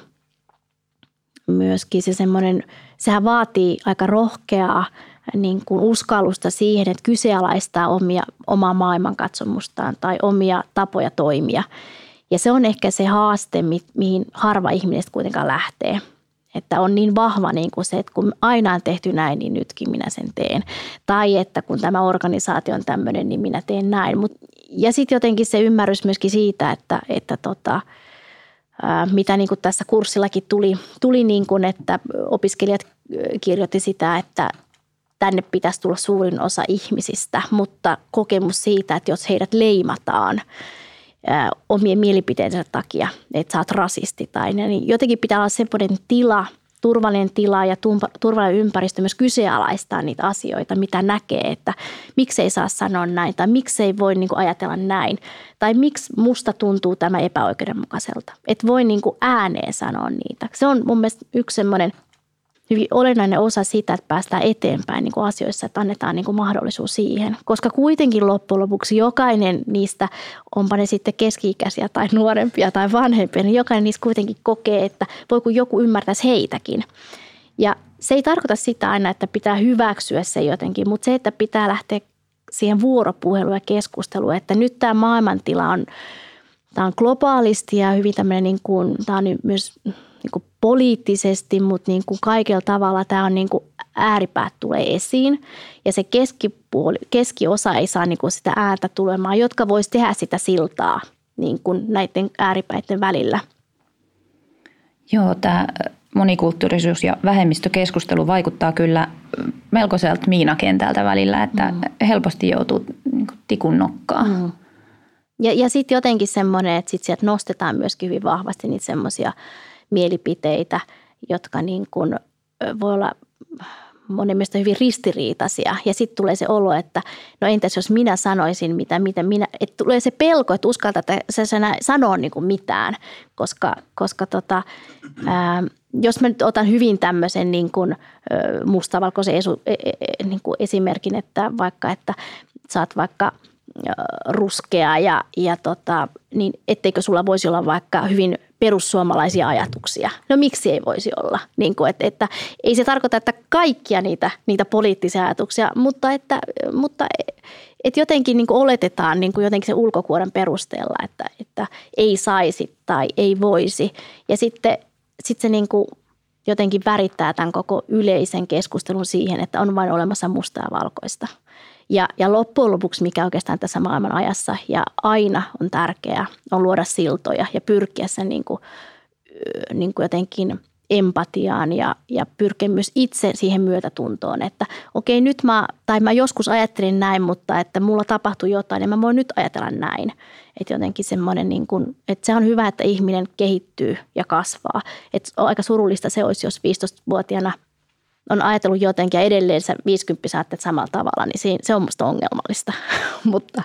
F: myöskin se semmoinen, sehän vaatii aika rohkeaa niin kuin uskallusta siihen, että kyseenalaistaa omia, omaa maailmankatsomustaan tai omia tapoja toimia. Ja se on ehkä se haaste, mihin harva ihminen kuitenkaan lähtee. Että on niin vahva niin kuin se, että kun aina on tehty näin, niin nytkin minä sen teen. Tai että kun tämä organisaatio on tämmöinen, niin minä teen näin. Mut, ja sitten jotenkin se ymmärrys myöskin siitä, että, että tota, ää, mitä niin kuin tässä kurssillakin tuli, tuli niin kuin, että opiskelijat kirjoitti sitä, että tänne pitäisi tulla suurin osa ihmisistä, mutta kokemus siitä, että jos heidät leimataan omien mielipiteensä takia, että sä oot rasisti tai niin jotenkin pitää olla semmoinen tila, turvallinen tila ja turvallinen ympäristö myös kyseenalaistaa niitä asioita, mitä näkee, että miksei saa sanoa näin tai miksei voi niin kuin ajatella näin tai miksi musta tuntuu tämä epäoikeudenmukaiselta. Että voi niin kuin ääneen sanoa niitä. Se on mun mielestä yksi semmoinen hyvin olennainen osa sitä, että päästään eteenpäin niin kuin asioissa, että annetaan niin kuin mahdollisuus siihen. Koska kuitenkin loppujen lopuksi jokainen niistä, onpa ne sitten keski-ikäisiä tai nuorempia tai vanhempia, niin jokainen niistä kuitenkin kokee, että voi kun joku ymmärtäisi heitäkin. Ja se ei tarkoita sitä aina, että pitää hyväksyä se jotenkin, mutta se, että pitää lähteä siihen vuoropuheluun ja keskusteluun, että nyt tämä maailmantila on, tämä on globaalisti ja hyvin tämmöinen, niin kuin, tämä on myös niin kuin poliittisesti, mutta niin kuin kaikella tavalla tämä on niin kuin ääripäät tulee esiin ja se keskipuoli, keskiosa ei saa niin kuin sitä ääntä tulemaan, jotka voisi tehdä sitä siltaa niin kuin näiden ääripäiden välillä.
E: Joo, tämä monikulttuurisuus ja vähemmistökeskustelu vaikuttaa kyllä melkoiselta miinakentältä välillä, että mm. helposti joutuu niin kuin tikun nokkaan. Mm.
F: Ja, ja sitten jotenkin semmoinen, että sit sieltä nostetaan myöskin hyvin vahvasti niitä semmoisia mielipiteitä, jotka niin kuin voi olla monen mielestä hyvin ristiriitaisia. Ja sitten tulee se olo, että no entäs jos minä sanoisin mitä, mitä minä, että tulee se pelko, että uskaltaa, että se sanoo niin kuin mitään, koska, koska tota, ää, jos mä nyt otan hyvin tämmöisen niin kuin mustavalkoisen esu, e, e, niin kuin esimerkin, että vaikka, että sä oot vaikka ruskea ja, ja tota, niin etteikö sulla voisi olla vaikka hyvin perussuomalaisia ajatuksia. No miksi ei voisi olla? Niin kuin, että, että ei se tarkoita, että kaikkia niitä, niitä poliittisia ajatuksia, mutta että, mutta, että jotenkin niin kuin oletetaan niin kuin jotenkin se ulkokuoren perusteella, että, että ei saisi tai ei voisi. Ja sitten, sitten se niin kuin jotenkin värittää tämän koko yleisen keskustelun siihen, että on vain olemassa mustaa ja valkoista. Ja, ja loppujen lopuksi, mikä oikeastaan tässä maailman ajassa ja aina on tärkeää, on luoda siltoja ja pyrkiä sen niin kuin, niin kuin jotenkin empatiaan ja, ja pyrkiä myös itse siihen myötätuntoon, että okei nyt mä, tai mä joskus ajattelin näin, mutta että mulla tapahtui jotain ja mä voin nyt ajatella näin. Että jotenkin semmoinen, niin kuin, että se on hyvä, että ihminen kehittyy ja kasvaa. Että aika surullista se olisi, jos viisitoistavuotiaana on ajatellut jotenkin ja edelleen sä viisikymppiset ajattelet samalla tavalla, niin se on musta ongelmallista. Mutta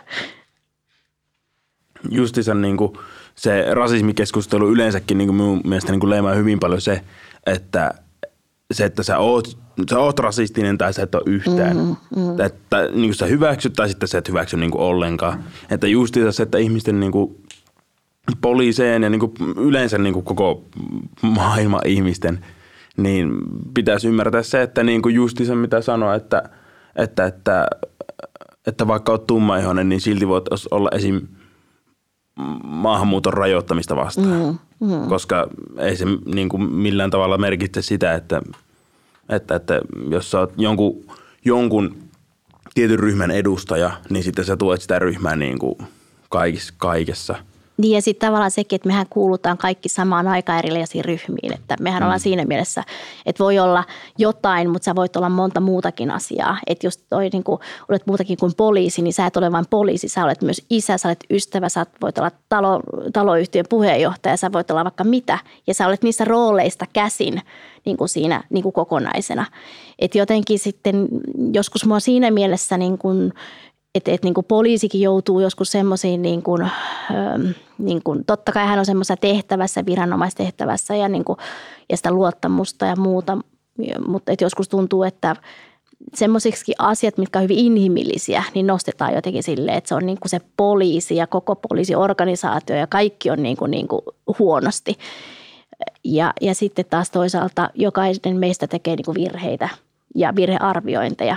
C: justiinsa niin kuin se rasismikeskustelu yleensäkin niin kuin minun mielestä niin kuin leimaa hyvin paljon se, että se, että sä oot, sä oot rasistinen tai sä et ole yhtään. Mm, mm. Että niin kuin sä hyväksyt tai sitten sä et hyväksy niin kuin ollenkaan. Että justiinsa se, että ihmisten niin kuin poliiseen ja niin kuin yleensä niin kuin koko maailman ihmisten, niin pitäisi ymmärtää se, että niin kuin justiinsa mitä sanoa, että, että, että, että vaikka oot tummaihoinen, niin silti voit olla esim. Maahanmuuton rajoittamista vastaan, mm, mm. koska ei se niin kuin millään tavalla merkitse sitä, että, että, että jos sä oot jonkun, jonkun tietyn ryhmän edustaja, niin sitten sä tuet sitä ryhmää niin kuin kaikissa, kaikessa.
F: Niin ja sitten tavallaan sekin, että mehän kuulutaan kaikki samaan aikaan erilaisiin ryhmiin, että mehän mm. ollaan siinä mielessä, että voi olla jotain, mutta sä voit olla monta muutakin asiaa. Että jos toi, niin kuin, olet muutakin kuin poliisi, niin sä et ole vain poliisi, sä olet myös isä, sä olet ystävä, sä voit olla talo, taloyhtiön puheenjohtaja, sä voit olla vaikka mitä. Ja sä olet niissä rooleista käsin niin kuin siinä niin kuin kokonaisena. Että jotenkin sitten joskus mua siinä mielessä niin kuin että et, niin kuin poliisikin joutuu joskus semmoisiin, niin kuin, ähm, niin kuin, totta kai hän on semmoisessa tehtävässä, viranomaistehtävässä ja, niin kuin, ja sitä luottamusta ja muuta, mutta et joskus tuntuu, että semmoisiksi asiat, mitkä on hyvin inhimillisiä, niin nostetaan jotenkin silleen, että se on niin kuin se poliisi ja koko poliisiorganisaatio ja kaikki on niin kuin, niin kuin huonosti. Ja, ja sitten taas toisaalta jokainen meistä tekee niin kuin virheitä ja virhearviointeja.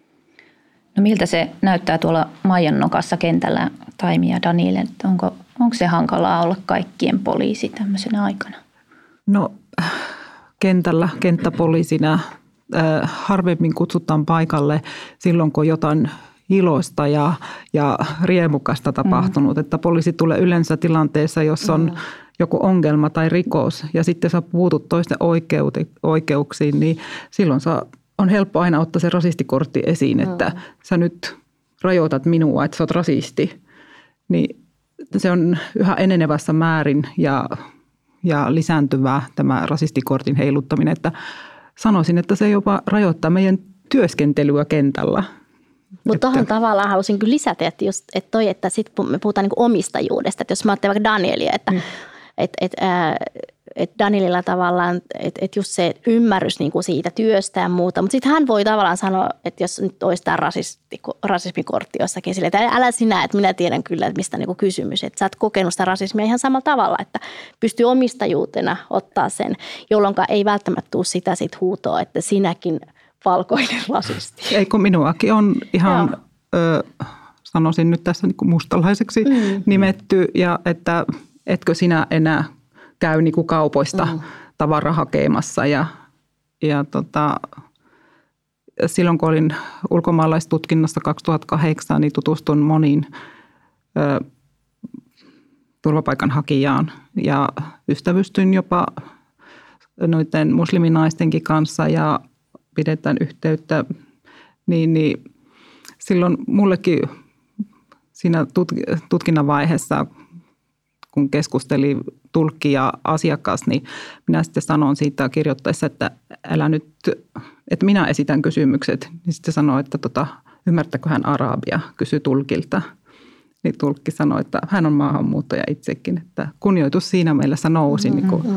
E: No miltä se näyttää tuolla Maijan nokassa kentällä, Taimi ja Daniel, että onko, onko se hankalaa olla kaikkien poliisi tämmöisenä aikana?
B: No kentällä, kenttäpoliisina äh, harvemmin kutsutaan paikalle silloin, kun jotain iloista ja, ja riemukasta tapahtunut. Mm. Että poliisi tulee yleensä tilanteessa, jos on mm. joku ongelma tai rikos ja sitten sä puutut toisten oikeuksiin, niin silloin sä on helppo aina ottaa se rasistikortti esiin, että mm. sä nyt rajoitat minua, että sä oot rasisti. Niin se on yhä enenevässä määrin ja, ja lisääntyvää tämä rasistikortin heiluttaminen. Että sanoisin, että se jopa rajoittaa meidän työskentelyä kentällä.
F: Mutta tuohon tavallaan halusin kyllä lisätä, että, just, että, toi, että sit me puhutaan niin kuin omistajuudesta. Että jos mä ajattelen vaikka Danielia, että mm. et, et, äh, että Danielilla tavallaan, että et just se ymmärrys niin kuin siitä työstä ja muuta. Mutta sitten hän voi tavallaan sanoa, että jos nyt olisi tämä rasismikortti jossakin sille, että älä sinä, että minä tiedän kyllä, että mistä on niin kuin kysymys. Että sä oot kokenut sitä rasismia ihan samalla tavalla, että pystyy omistajuutena ottaa sen, jolloin ei välttämättä tule sitä sit huutoa, että sinäkin valkoinen rasisti.
B: Eikö minuakin on ihan, ö, sanoisin nyt tässä niin kuin mustalaiseksi mm. nimetty ja että etkö sinä enää käy niin kuin kaupoista mm. tavaraa hakemassa ja, ja tota, silloin kun olin ulkomaalaistutkinnassa kaksituhattakahdeksan, niin tutustun moniin ö, turvapaikanhakijaan ja ystävystyin jopa noiden musliminaistenkin kanssa ja pidetään yhteyttä, niin, niin silloin mullekin siinä tutkinnan vaiheessa, kun keskusteli tulkki ja asiakas, niin minä sitten sanon siitä kirjoittaessa, että älä nyt, että minä esitän kysymykset. Niin sitten sanoi, että tota, ymmärtäkö hän arabia, kysy tulkilta. Niin tulkki sanoi, että hän on maahanmuuttaja itsekin, että kunnioitus siinä mielessä nousi. Mm-hmm. Niin, kuin.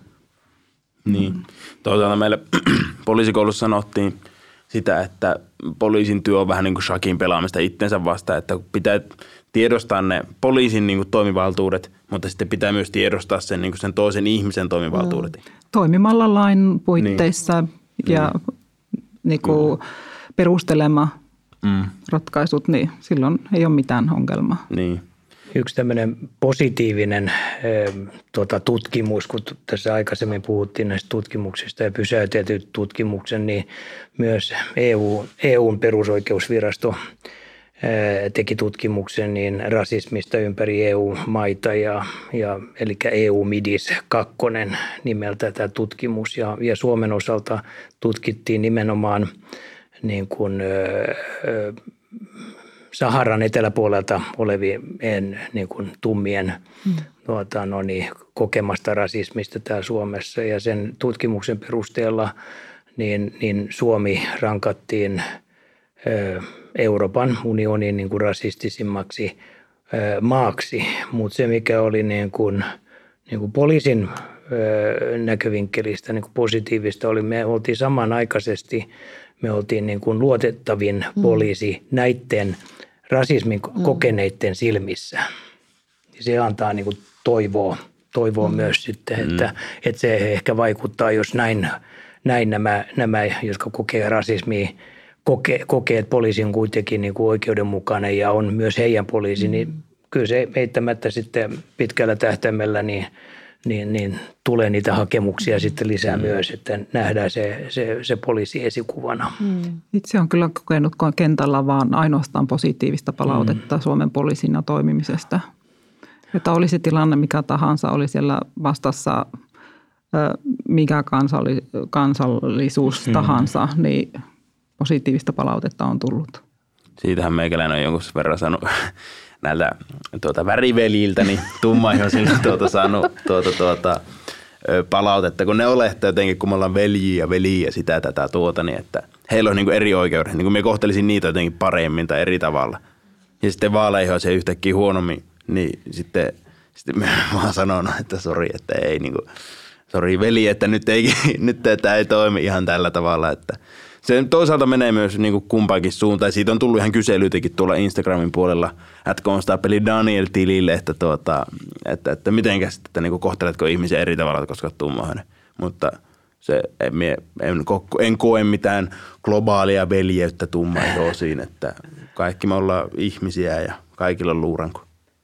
C: Niin. Toisaalta meille poliisikoulussa sanottiin sitä, että poliisin työ on vähän niin kuin shakin pelaamista itsensä vastaan, että pitää tiedostaa ne poliisin niin kuin toimivaltuudet, mutta sitten pitää myös tiedostaa sen, niin kuin sen toisen ihmisen toimivaltuudet. Mm.
B: Toimimalla lain puitteissa niin. ja niin kuin perustelema mm. ratkaisut, niin silloin ei ole mitään ongelmaa.
C: Niin.
A: Yksi tämmöinen positiivinen tuota, tutkimus, kun tässä aikaisemmin puhuttiin näistä tutkimuksista ja pysäytetyt tutkimuksen, niin myös E U, E U:n perusoikeusvirasto teki tutkimuksen niin rasismista ympäri E U-maita, ja, ja, eli E U-midis kakkonen nimeltä tämä tutkimus. Ja, ja Suomen osalta tutkittiin nimenomaan niin kuin, ö, Saharan eteläpuolelta olevien niin kuin tummien mm. tuota, no niin, kokemasta rasismista täällä Suomessa. Ja sen tutkimuksen perusteella niin, niin Suomi rankattiin ö, Euroopan unionin niin kuin rasistisimmaksi ö, maaksi, mutta se mikä oli niin kuin, niin kuin poliisin ö, näkövinkkelistä niin kuin positiivista oli, me oltiin samanaikaisesti, me oltiin niin kuin luotettavin mm. poliisi näiden rasismin mm. kokeneiden silmissä. Se antaa niin kuin toivoa, toivoa mm. myös sitten, että, mm. että se ehkä vaikuttaa, jos näin, näin nämä, nämä, jotka kokee rasismia, kokee, kokee, että poliisi on kuitenkin niin kuin oikeudenmukainen ja on myös heidän poliisi, mm. niin kyllä se eittämättä sitten pitkällä tähtäimellä niin, niin, niin tulee niitä hakemuksia sitten lisää mm. myös, että nähdään se, se, se poliisi esikuvana. Mm.
B: Itse on kyllä kokenut kentällä vaan ainoastaan positiivista palautetta mm. Suomen poliisina toimimisesta. Että oli se tilanne mikä tahansa, oli siellä vastassa mikä kansalli, kansallisuus mm. tahansa, niin positiivista palautetta on tullut.
C: Siitähän meikäläinen on jonkun verran saanut näiltä tuota, väriveljiltä, niin tummaihoisilta tuota, saanut tuota, tuota, palautetta, kun ne olehtaa jotenkin, kun me ollaan veljiä ja veliä ja sitä tätä tuota, niin että heillä on niin kuin eri oikeudet. Niin kuin me kohtelisin niitä jotenkin paremmin tai eri tavalla. Ja sitten vaaleihin se yhtäkkiä huonommin, niin sitten, sitten mä oon sanonut, että sori, että ei niin kuin, sori veli, että nyt, ei, nyt tämä ei toimi ihan tällä tavalla, että se toisaalta menee myös niin kuin kumpaankin suuntaan. Siitä on tullut ihan kyselyitäkin tuolla Instagramin puolella at Constable Daniel tilille, että, tuota, että, että mitenkäs, että niin kuin kohteletko ihmisiä eri tavalla, koska olet tummainen. Mutta se, en, en, en koe mitään globaalia veljeyttä tummaihoisiin, että kaikki me ollaan ihmisiä ja kaikilla on luuranko.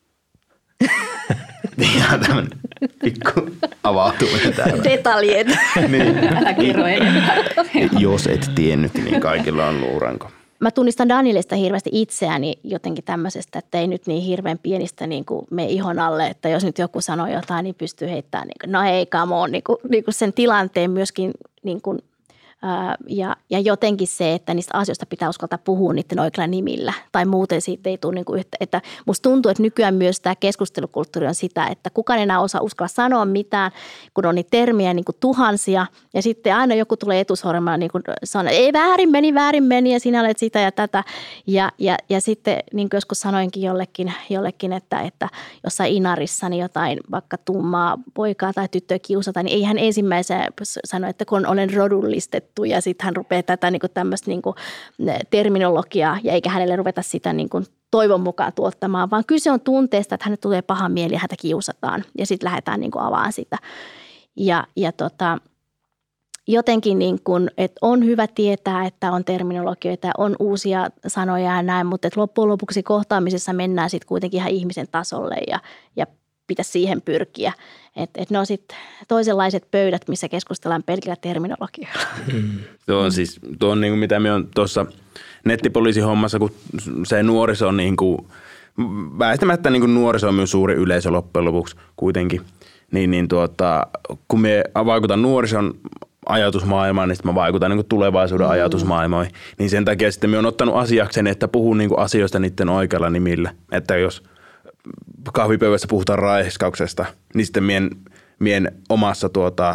C: Ihan tämmöinen pikku avautuminen täällä.
F: Detaljet.
C: Niin.
F: Älä kerro enemmän.
C: Jos et tiennyt, niin kaikilla on luuranko.
F: Mä tunnistan Danielista hirveästi itseäni jotenkin tämmöisestä, että ei nyt niin hirveän pienistä niin kuin me ihon alle, että jos nyt joku sanoo jotain, niin pystyy heittämään, niin kuin, no hei, come on, niin kuin, niin kuin sen tilanteen myöskin niin kuin, ää, ja, ja jotenkin se, että niistä asioista pitää uskaltaa puhua niiden oikealla nimillä tai muuten siitä ei tule, niin kuin, että, että musta tuntuu, että nykyään myös tämä keskustelukulttuuri on sitä, että kukaan ei enää osaa uskalla sanoa mitään, kun on niitä termiä niin kuin tuhansia ja sitten aina joku tulee etusormalla niin kuin sanoo, ei väärin meni, väärin meni ja sinä olet sitä ja tätä ja, ja, ja sitten niin kuin joskus sanoinkin jollekin, jollekin että, että jossain Inarissa niin jotain vaikka tummaa poikaa tai tyttöä kiusata, niin ei hän ensimmäisenä sano, että kun olen rodullistettu ja sitten hän rupeaa tätä niin kuin tämmöistä niin kuin terminologiaa ja eikä hänelle ruveta sitä niin kuin toivon mukaan tuottamaan, vaan kyse on tunteesta, että hänet tulee paha mieli ja häntä kiusataan ja sitten lähdetään niin kuin avaamaan sitä. Ja, ja tota, jotenkin niin kuin, että on hyvä tietää, että on terminologioita, on uusia sanoja ja näin, mutta että loppujen lopuksi kohtaamisessa mennään sitten kuitenkin ihan ihmisen tasolle ja, ja pitäisi siihen pyrkiä. Että et ne on sitten toisenlaiset pöydät, missä keskustellaan pelkillä terminologialla.
C: Mm. Tuo on siis, tuo on niin kuin mitä me on tuossa nettipoliisihommassa, kun se nuoriso on niin kuin, väistämättä niin kuin nuoriso on myös suuri yleisö loppujen lopuksi kuitenkin. Niin, niin tuota, kun me vaikutan nuorison ajatusmaailmaan, niin sitten mä vaikutan niin kuin tulevaisuuden mm. ajatusmaailmoihin. Niin sen takia sitten me on ottanut asiakseni, että puhun niin kuin asioista niiden oikealla nimillä. Että jos kahvipöydässä puhutaan raiskauksesta, niin sitten mien, mien omassa tuota,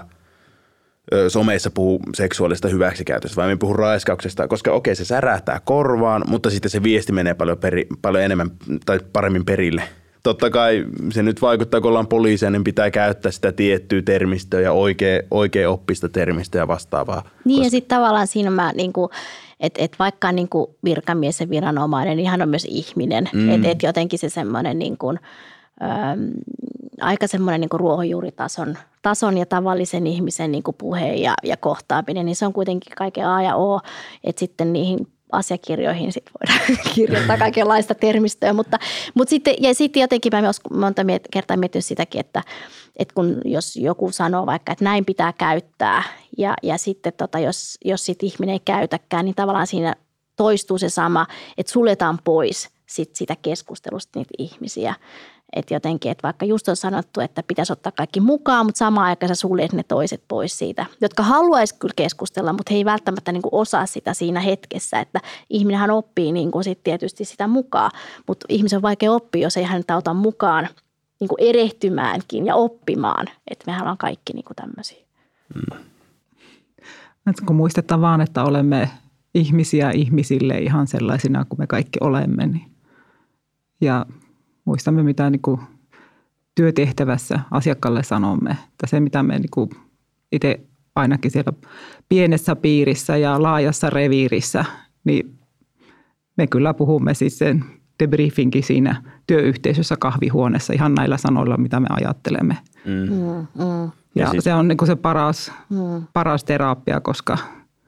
C: someissa puhuu seksuaalista hyväksikäytöstä, vai minä puhun raiskauksesta, koska okei se särähtää korvaan, mutta sitten se viesti menee paljon, peri, paljon enemmän tai paremmin perille. Totta kai se nyt vaikuttaa, kun ollaan poliisia, niin pitää käyttää sitä tiettyä termistöä ja oikea, oikea oppista termistöä ja vastaavaa.
F: Niin koska ja sitten tavallaan siinä mä niin kuin että et vaikka niin kuin virkamies ja viranomainen, niin hän on myös ihminen. Mm. Että et jotenkin se semmoinen niin kuin, äm, aika semmoinen niin kuin ruohonjuuritason tason ja tavallisen ihmisen niin kuin puhe ja, ja kohtaaminen, niin se on kuitenkin kaiken A ja O. Että sitten niihin asiakirjoihin sit voidaan kirjoittaa kaikenlaista termistöä. Mutta, mutta sitten, ja sitten jotenkin mä monta kertaa mietin sitäkin, että, että kun jos joku sanoo vaikka, että näin pitää käyttää ja, ja sitten tota, jos, jos sit ihminen ei käytäkään, niin tavallaan siinä toistuu se sama, että suljetaan pois sit sitä keskustelusta niitä ihmisiä. Että jotenkin, että vaikka just on sanottu, että pitäisi ottaa kaikki mukaan, mutta samaan aikaan sä suljet ne toiset pois siitä, jotka haluaisi kyllä keskustella, mutta he ei välttämättä niin kuin osaa sitä siinä hetkessä, että ihminenhän oppii niin kuin sit tietysti sitä mukaan, mutta ihmisen on vaikea oppia, jos ei häntä ota mukaan niin kuin erehtymäänkin ja oppimaan, että mehän ollaan kaikki niin kuin tämmöisiä.
B: Mm. Kun muistetaan vaan, että olemme ihmisiä ihmisille ihan sellaisina kuin me kaikki olemme, niin ja muistamme, mitä niin kuin työtehtävässä asiakkaalle sanomme. Että se, mitä me niin kuin itse ainakin siellä pienessä piirissä ja laajassa reviirissä, niin me kyllä puhumme siis sen debriefinkin siinä työyhteisössä kahvihuoneessa ihan näillä sanoilla, mitä me ajattelemme. Mm. Mm, mm. Ja, ja siis, se on niin kuin se paras, mm. paras terapia, koska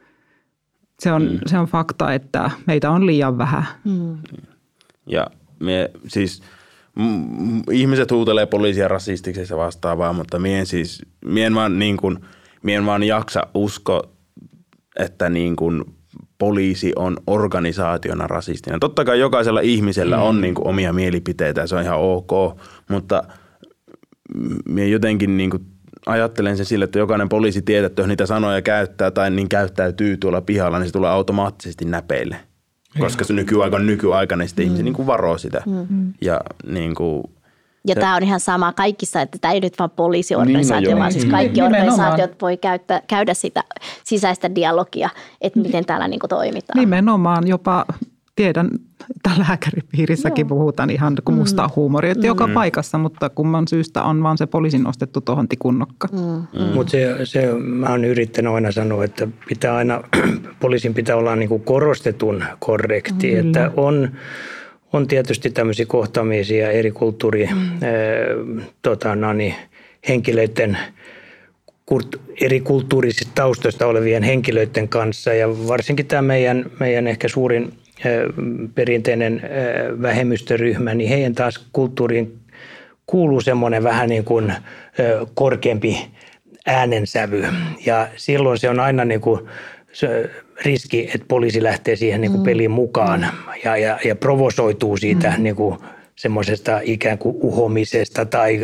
B: se on, mm. se on fakta, että meitä on liian vähän. Mm.
C: Ja me siis... Ihmiset huutelee poliisia rasistiksi ja vastaavaa, mutta mie en siis, mie en vaan, niin kuin, mie en vaan jaksa usko, että niin kuin poliisi on organisaationa rasistinen. Totta kai jokaisella ihmisellä mm. on niin kuin omia mielipiteitä ja se on ihan ok, mutta mie jotenkin niin kuin ajattelen sen sille, että jokainen poliisi tietää, että jos niitä sanoja käyttää tai niin käyttäytyy tuolla pihalla, niin se tulee automaattisesti näpeille. Koska se nykyaika on nykyaika, niin sitten mm. ihmiset niin kuin varoo sitä. Mm. Ja, niin kuin,
F: ja se, tämä on ihan sama kaikissa, että tämä ei nyt vaan poliisiorganisaatio, niin, vaan siis kaikki organisaatiot voi käyttää, käydä sitä sisäistä dialogia, että miten täällä niin kuin toimitaan.
B: Nimenomaan jopa tiedän, että lääkäripiirissäkin Joo. puhutaan ihan kuin mustaa huumoria, että mm. joka paikassa, mutta kumman syystä on vaan se poliisin nostettu tuohon tikunnokka. Mm.
A: Mm. Mutta se, se, mä oon yrittänyt aina sanoa, että pitää aina, poliisin pitää olla niin kuin korostetun korrekti, mm. että on, on tietysti tämmöisiä kohtaamisia eri kulttuuri, mm. äh, tota, nani, henkilöiden, eri kulttuurisista taustoista olevien henkilöiden kanssa ja varsinkin tämä meidän, meidän ehkä suurin perinteinen vähemmistöryhmä, niin heidän taas kulttuuriin kuuluu semmoinen vähän niin kuin korkeampi äänensävy. Ja silloin se on aina niin kuin riski, että poliisi lähtee siihen niin kuin peliin mukaan ja, ja, ja provosoituu siitä mm. niin kuin semmoisesta ikään kuin uhomisesta tai...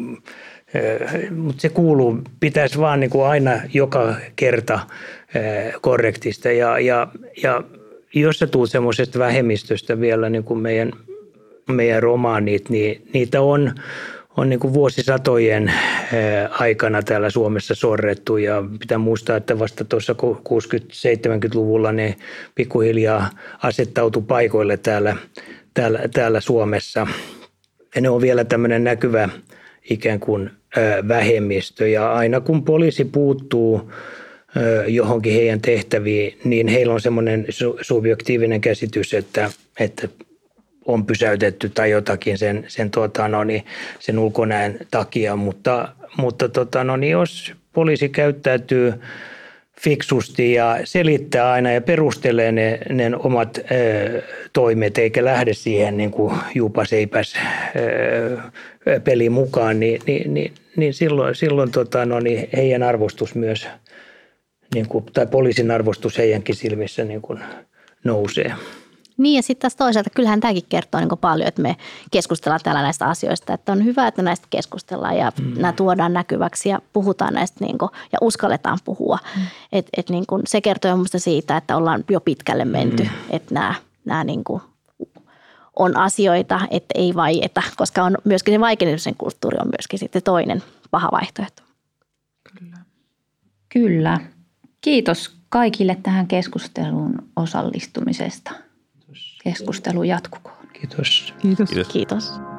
A: Mutta se kuuluu, pitäisi vaan niin kuin aina joka kerta korrektista ja, ja, ja jos sä tulet semmoisesta vähemmistöstä vielä niin kuin meidän, meidän romaanit, niin niitä on, on niin kuin vuosisatojen aikana täällä Suomessa sorrettu ja pitää muistaa, että vasta tuossa kuusikymmentä-seitsemänkymmentäluvulla ne pikkuhiljaa asettautui paikoille täällä, täällä, täällä Suomessa. Ja ne on vielä tämmöinen näkyvä ikään kuin vähemmistö ja aina kun poliisi puuttuu johonkin heidän tehtäviin, niin heillä on semmoinen subjektiivinen käsitys, että, että on pysäytetty tai jotakin sen, sen, tuota, no niin, sen ulkonäön takia. Mutta, mutta tota, no niin, jos poliisi käyttäytyy fiksusti ja selittää aina ja perustelee ne, ne omat ö, toimet eikä lähde siihen niin kuin juupaseipäs ö, peliin mukaan, niin, niin, niin, niin silloin, silloin tota, no niin, heidän arvostus myös niin kuin, tai poliisin arvostus heidänkin silmissä niin kuin nousee.
F: Niin ja sitten taas toisaalta, kyllähän tämäkin kertoo niin kuin paljon, että me keskustellaan täällä näistä asioista, että on hyvä, että näistä keskustellaan ja mm. nämä tuodaan näkyväksi ja puhutaan näistä niin kuin, ja uskalletaan puhua. Mm. Et, et niin kuin, se kertoo minusta siitä, että ollaan jo pitkälle menty, mm. että nämä, nämä niin kuin on asioita, että ei vaieta, koska on myöskin se vaikenemisen kulttuuri on myöskin sitten toinen paha vaihtoehto.
E: Kyllä. Kyllä. Kiitos kaikille tähän keskusteluun osallistumisesta. Keskustelu jatkukoon.
A: Kiitos.
B: Kiitos.
C: Kiitos.
F: Kiitos.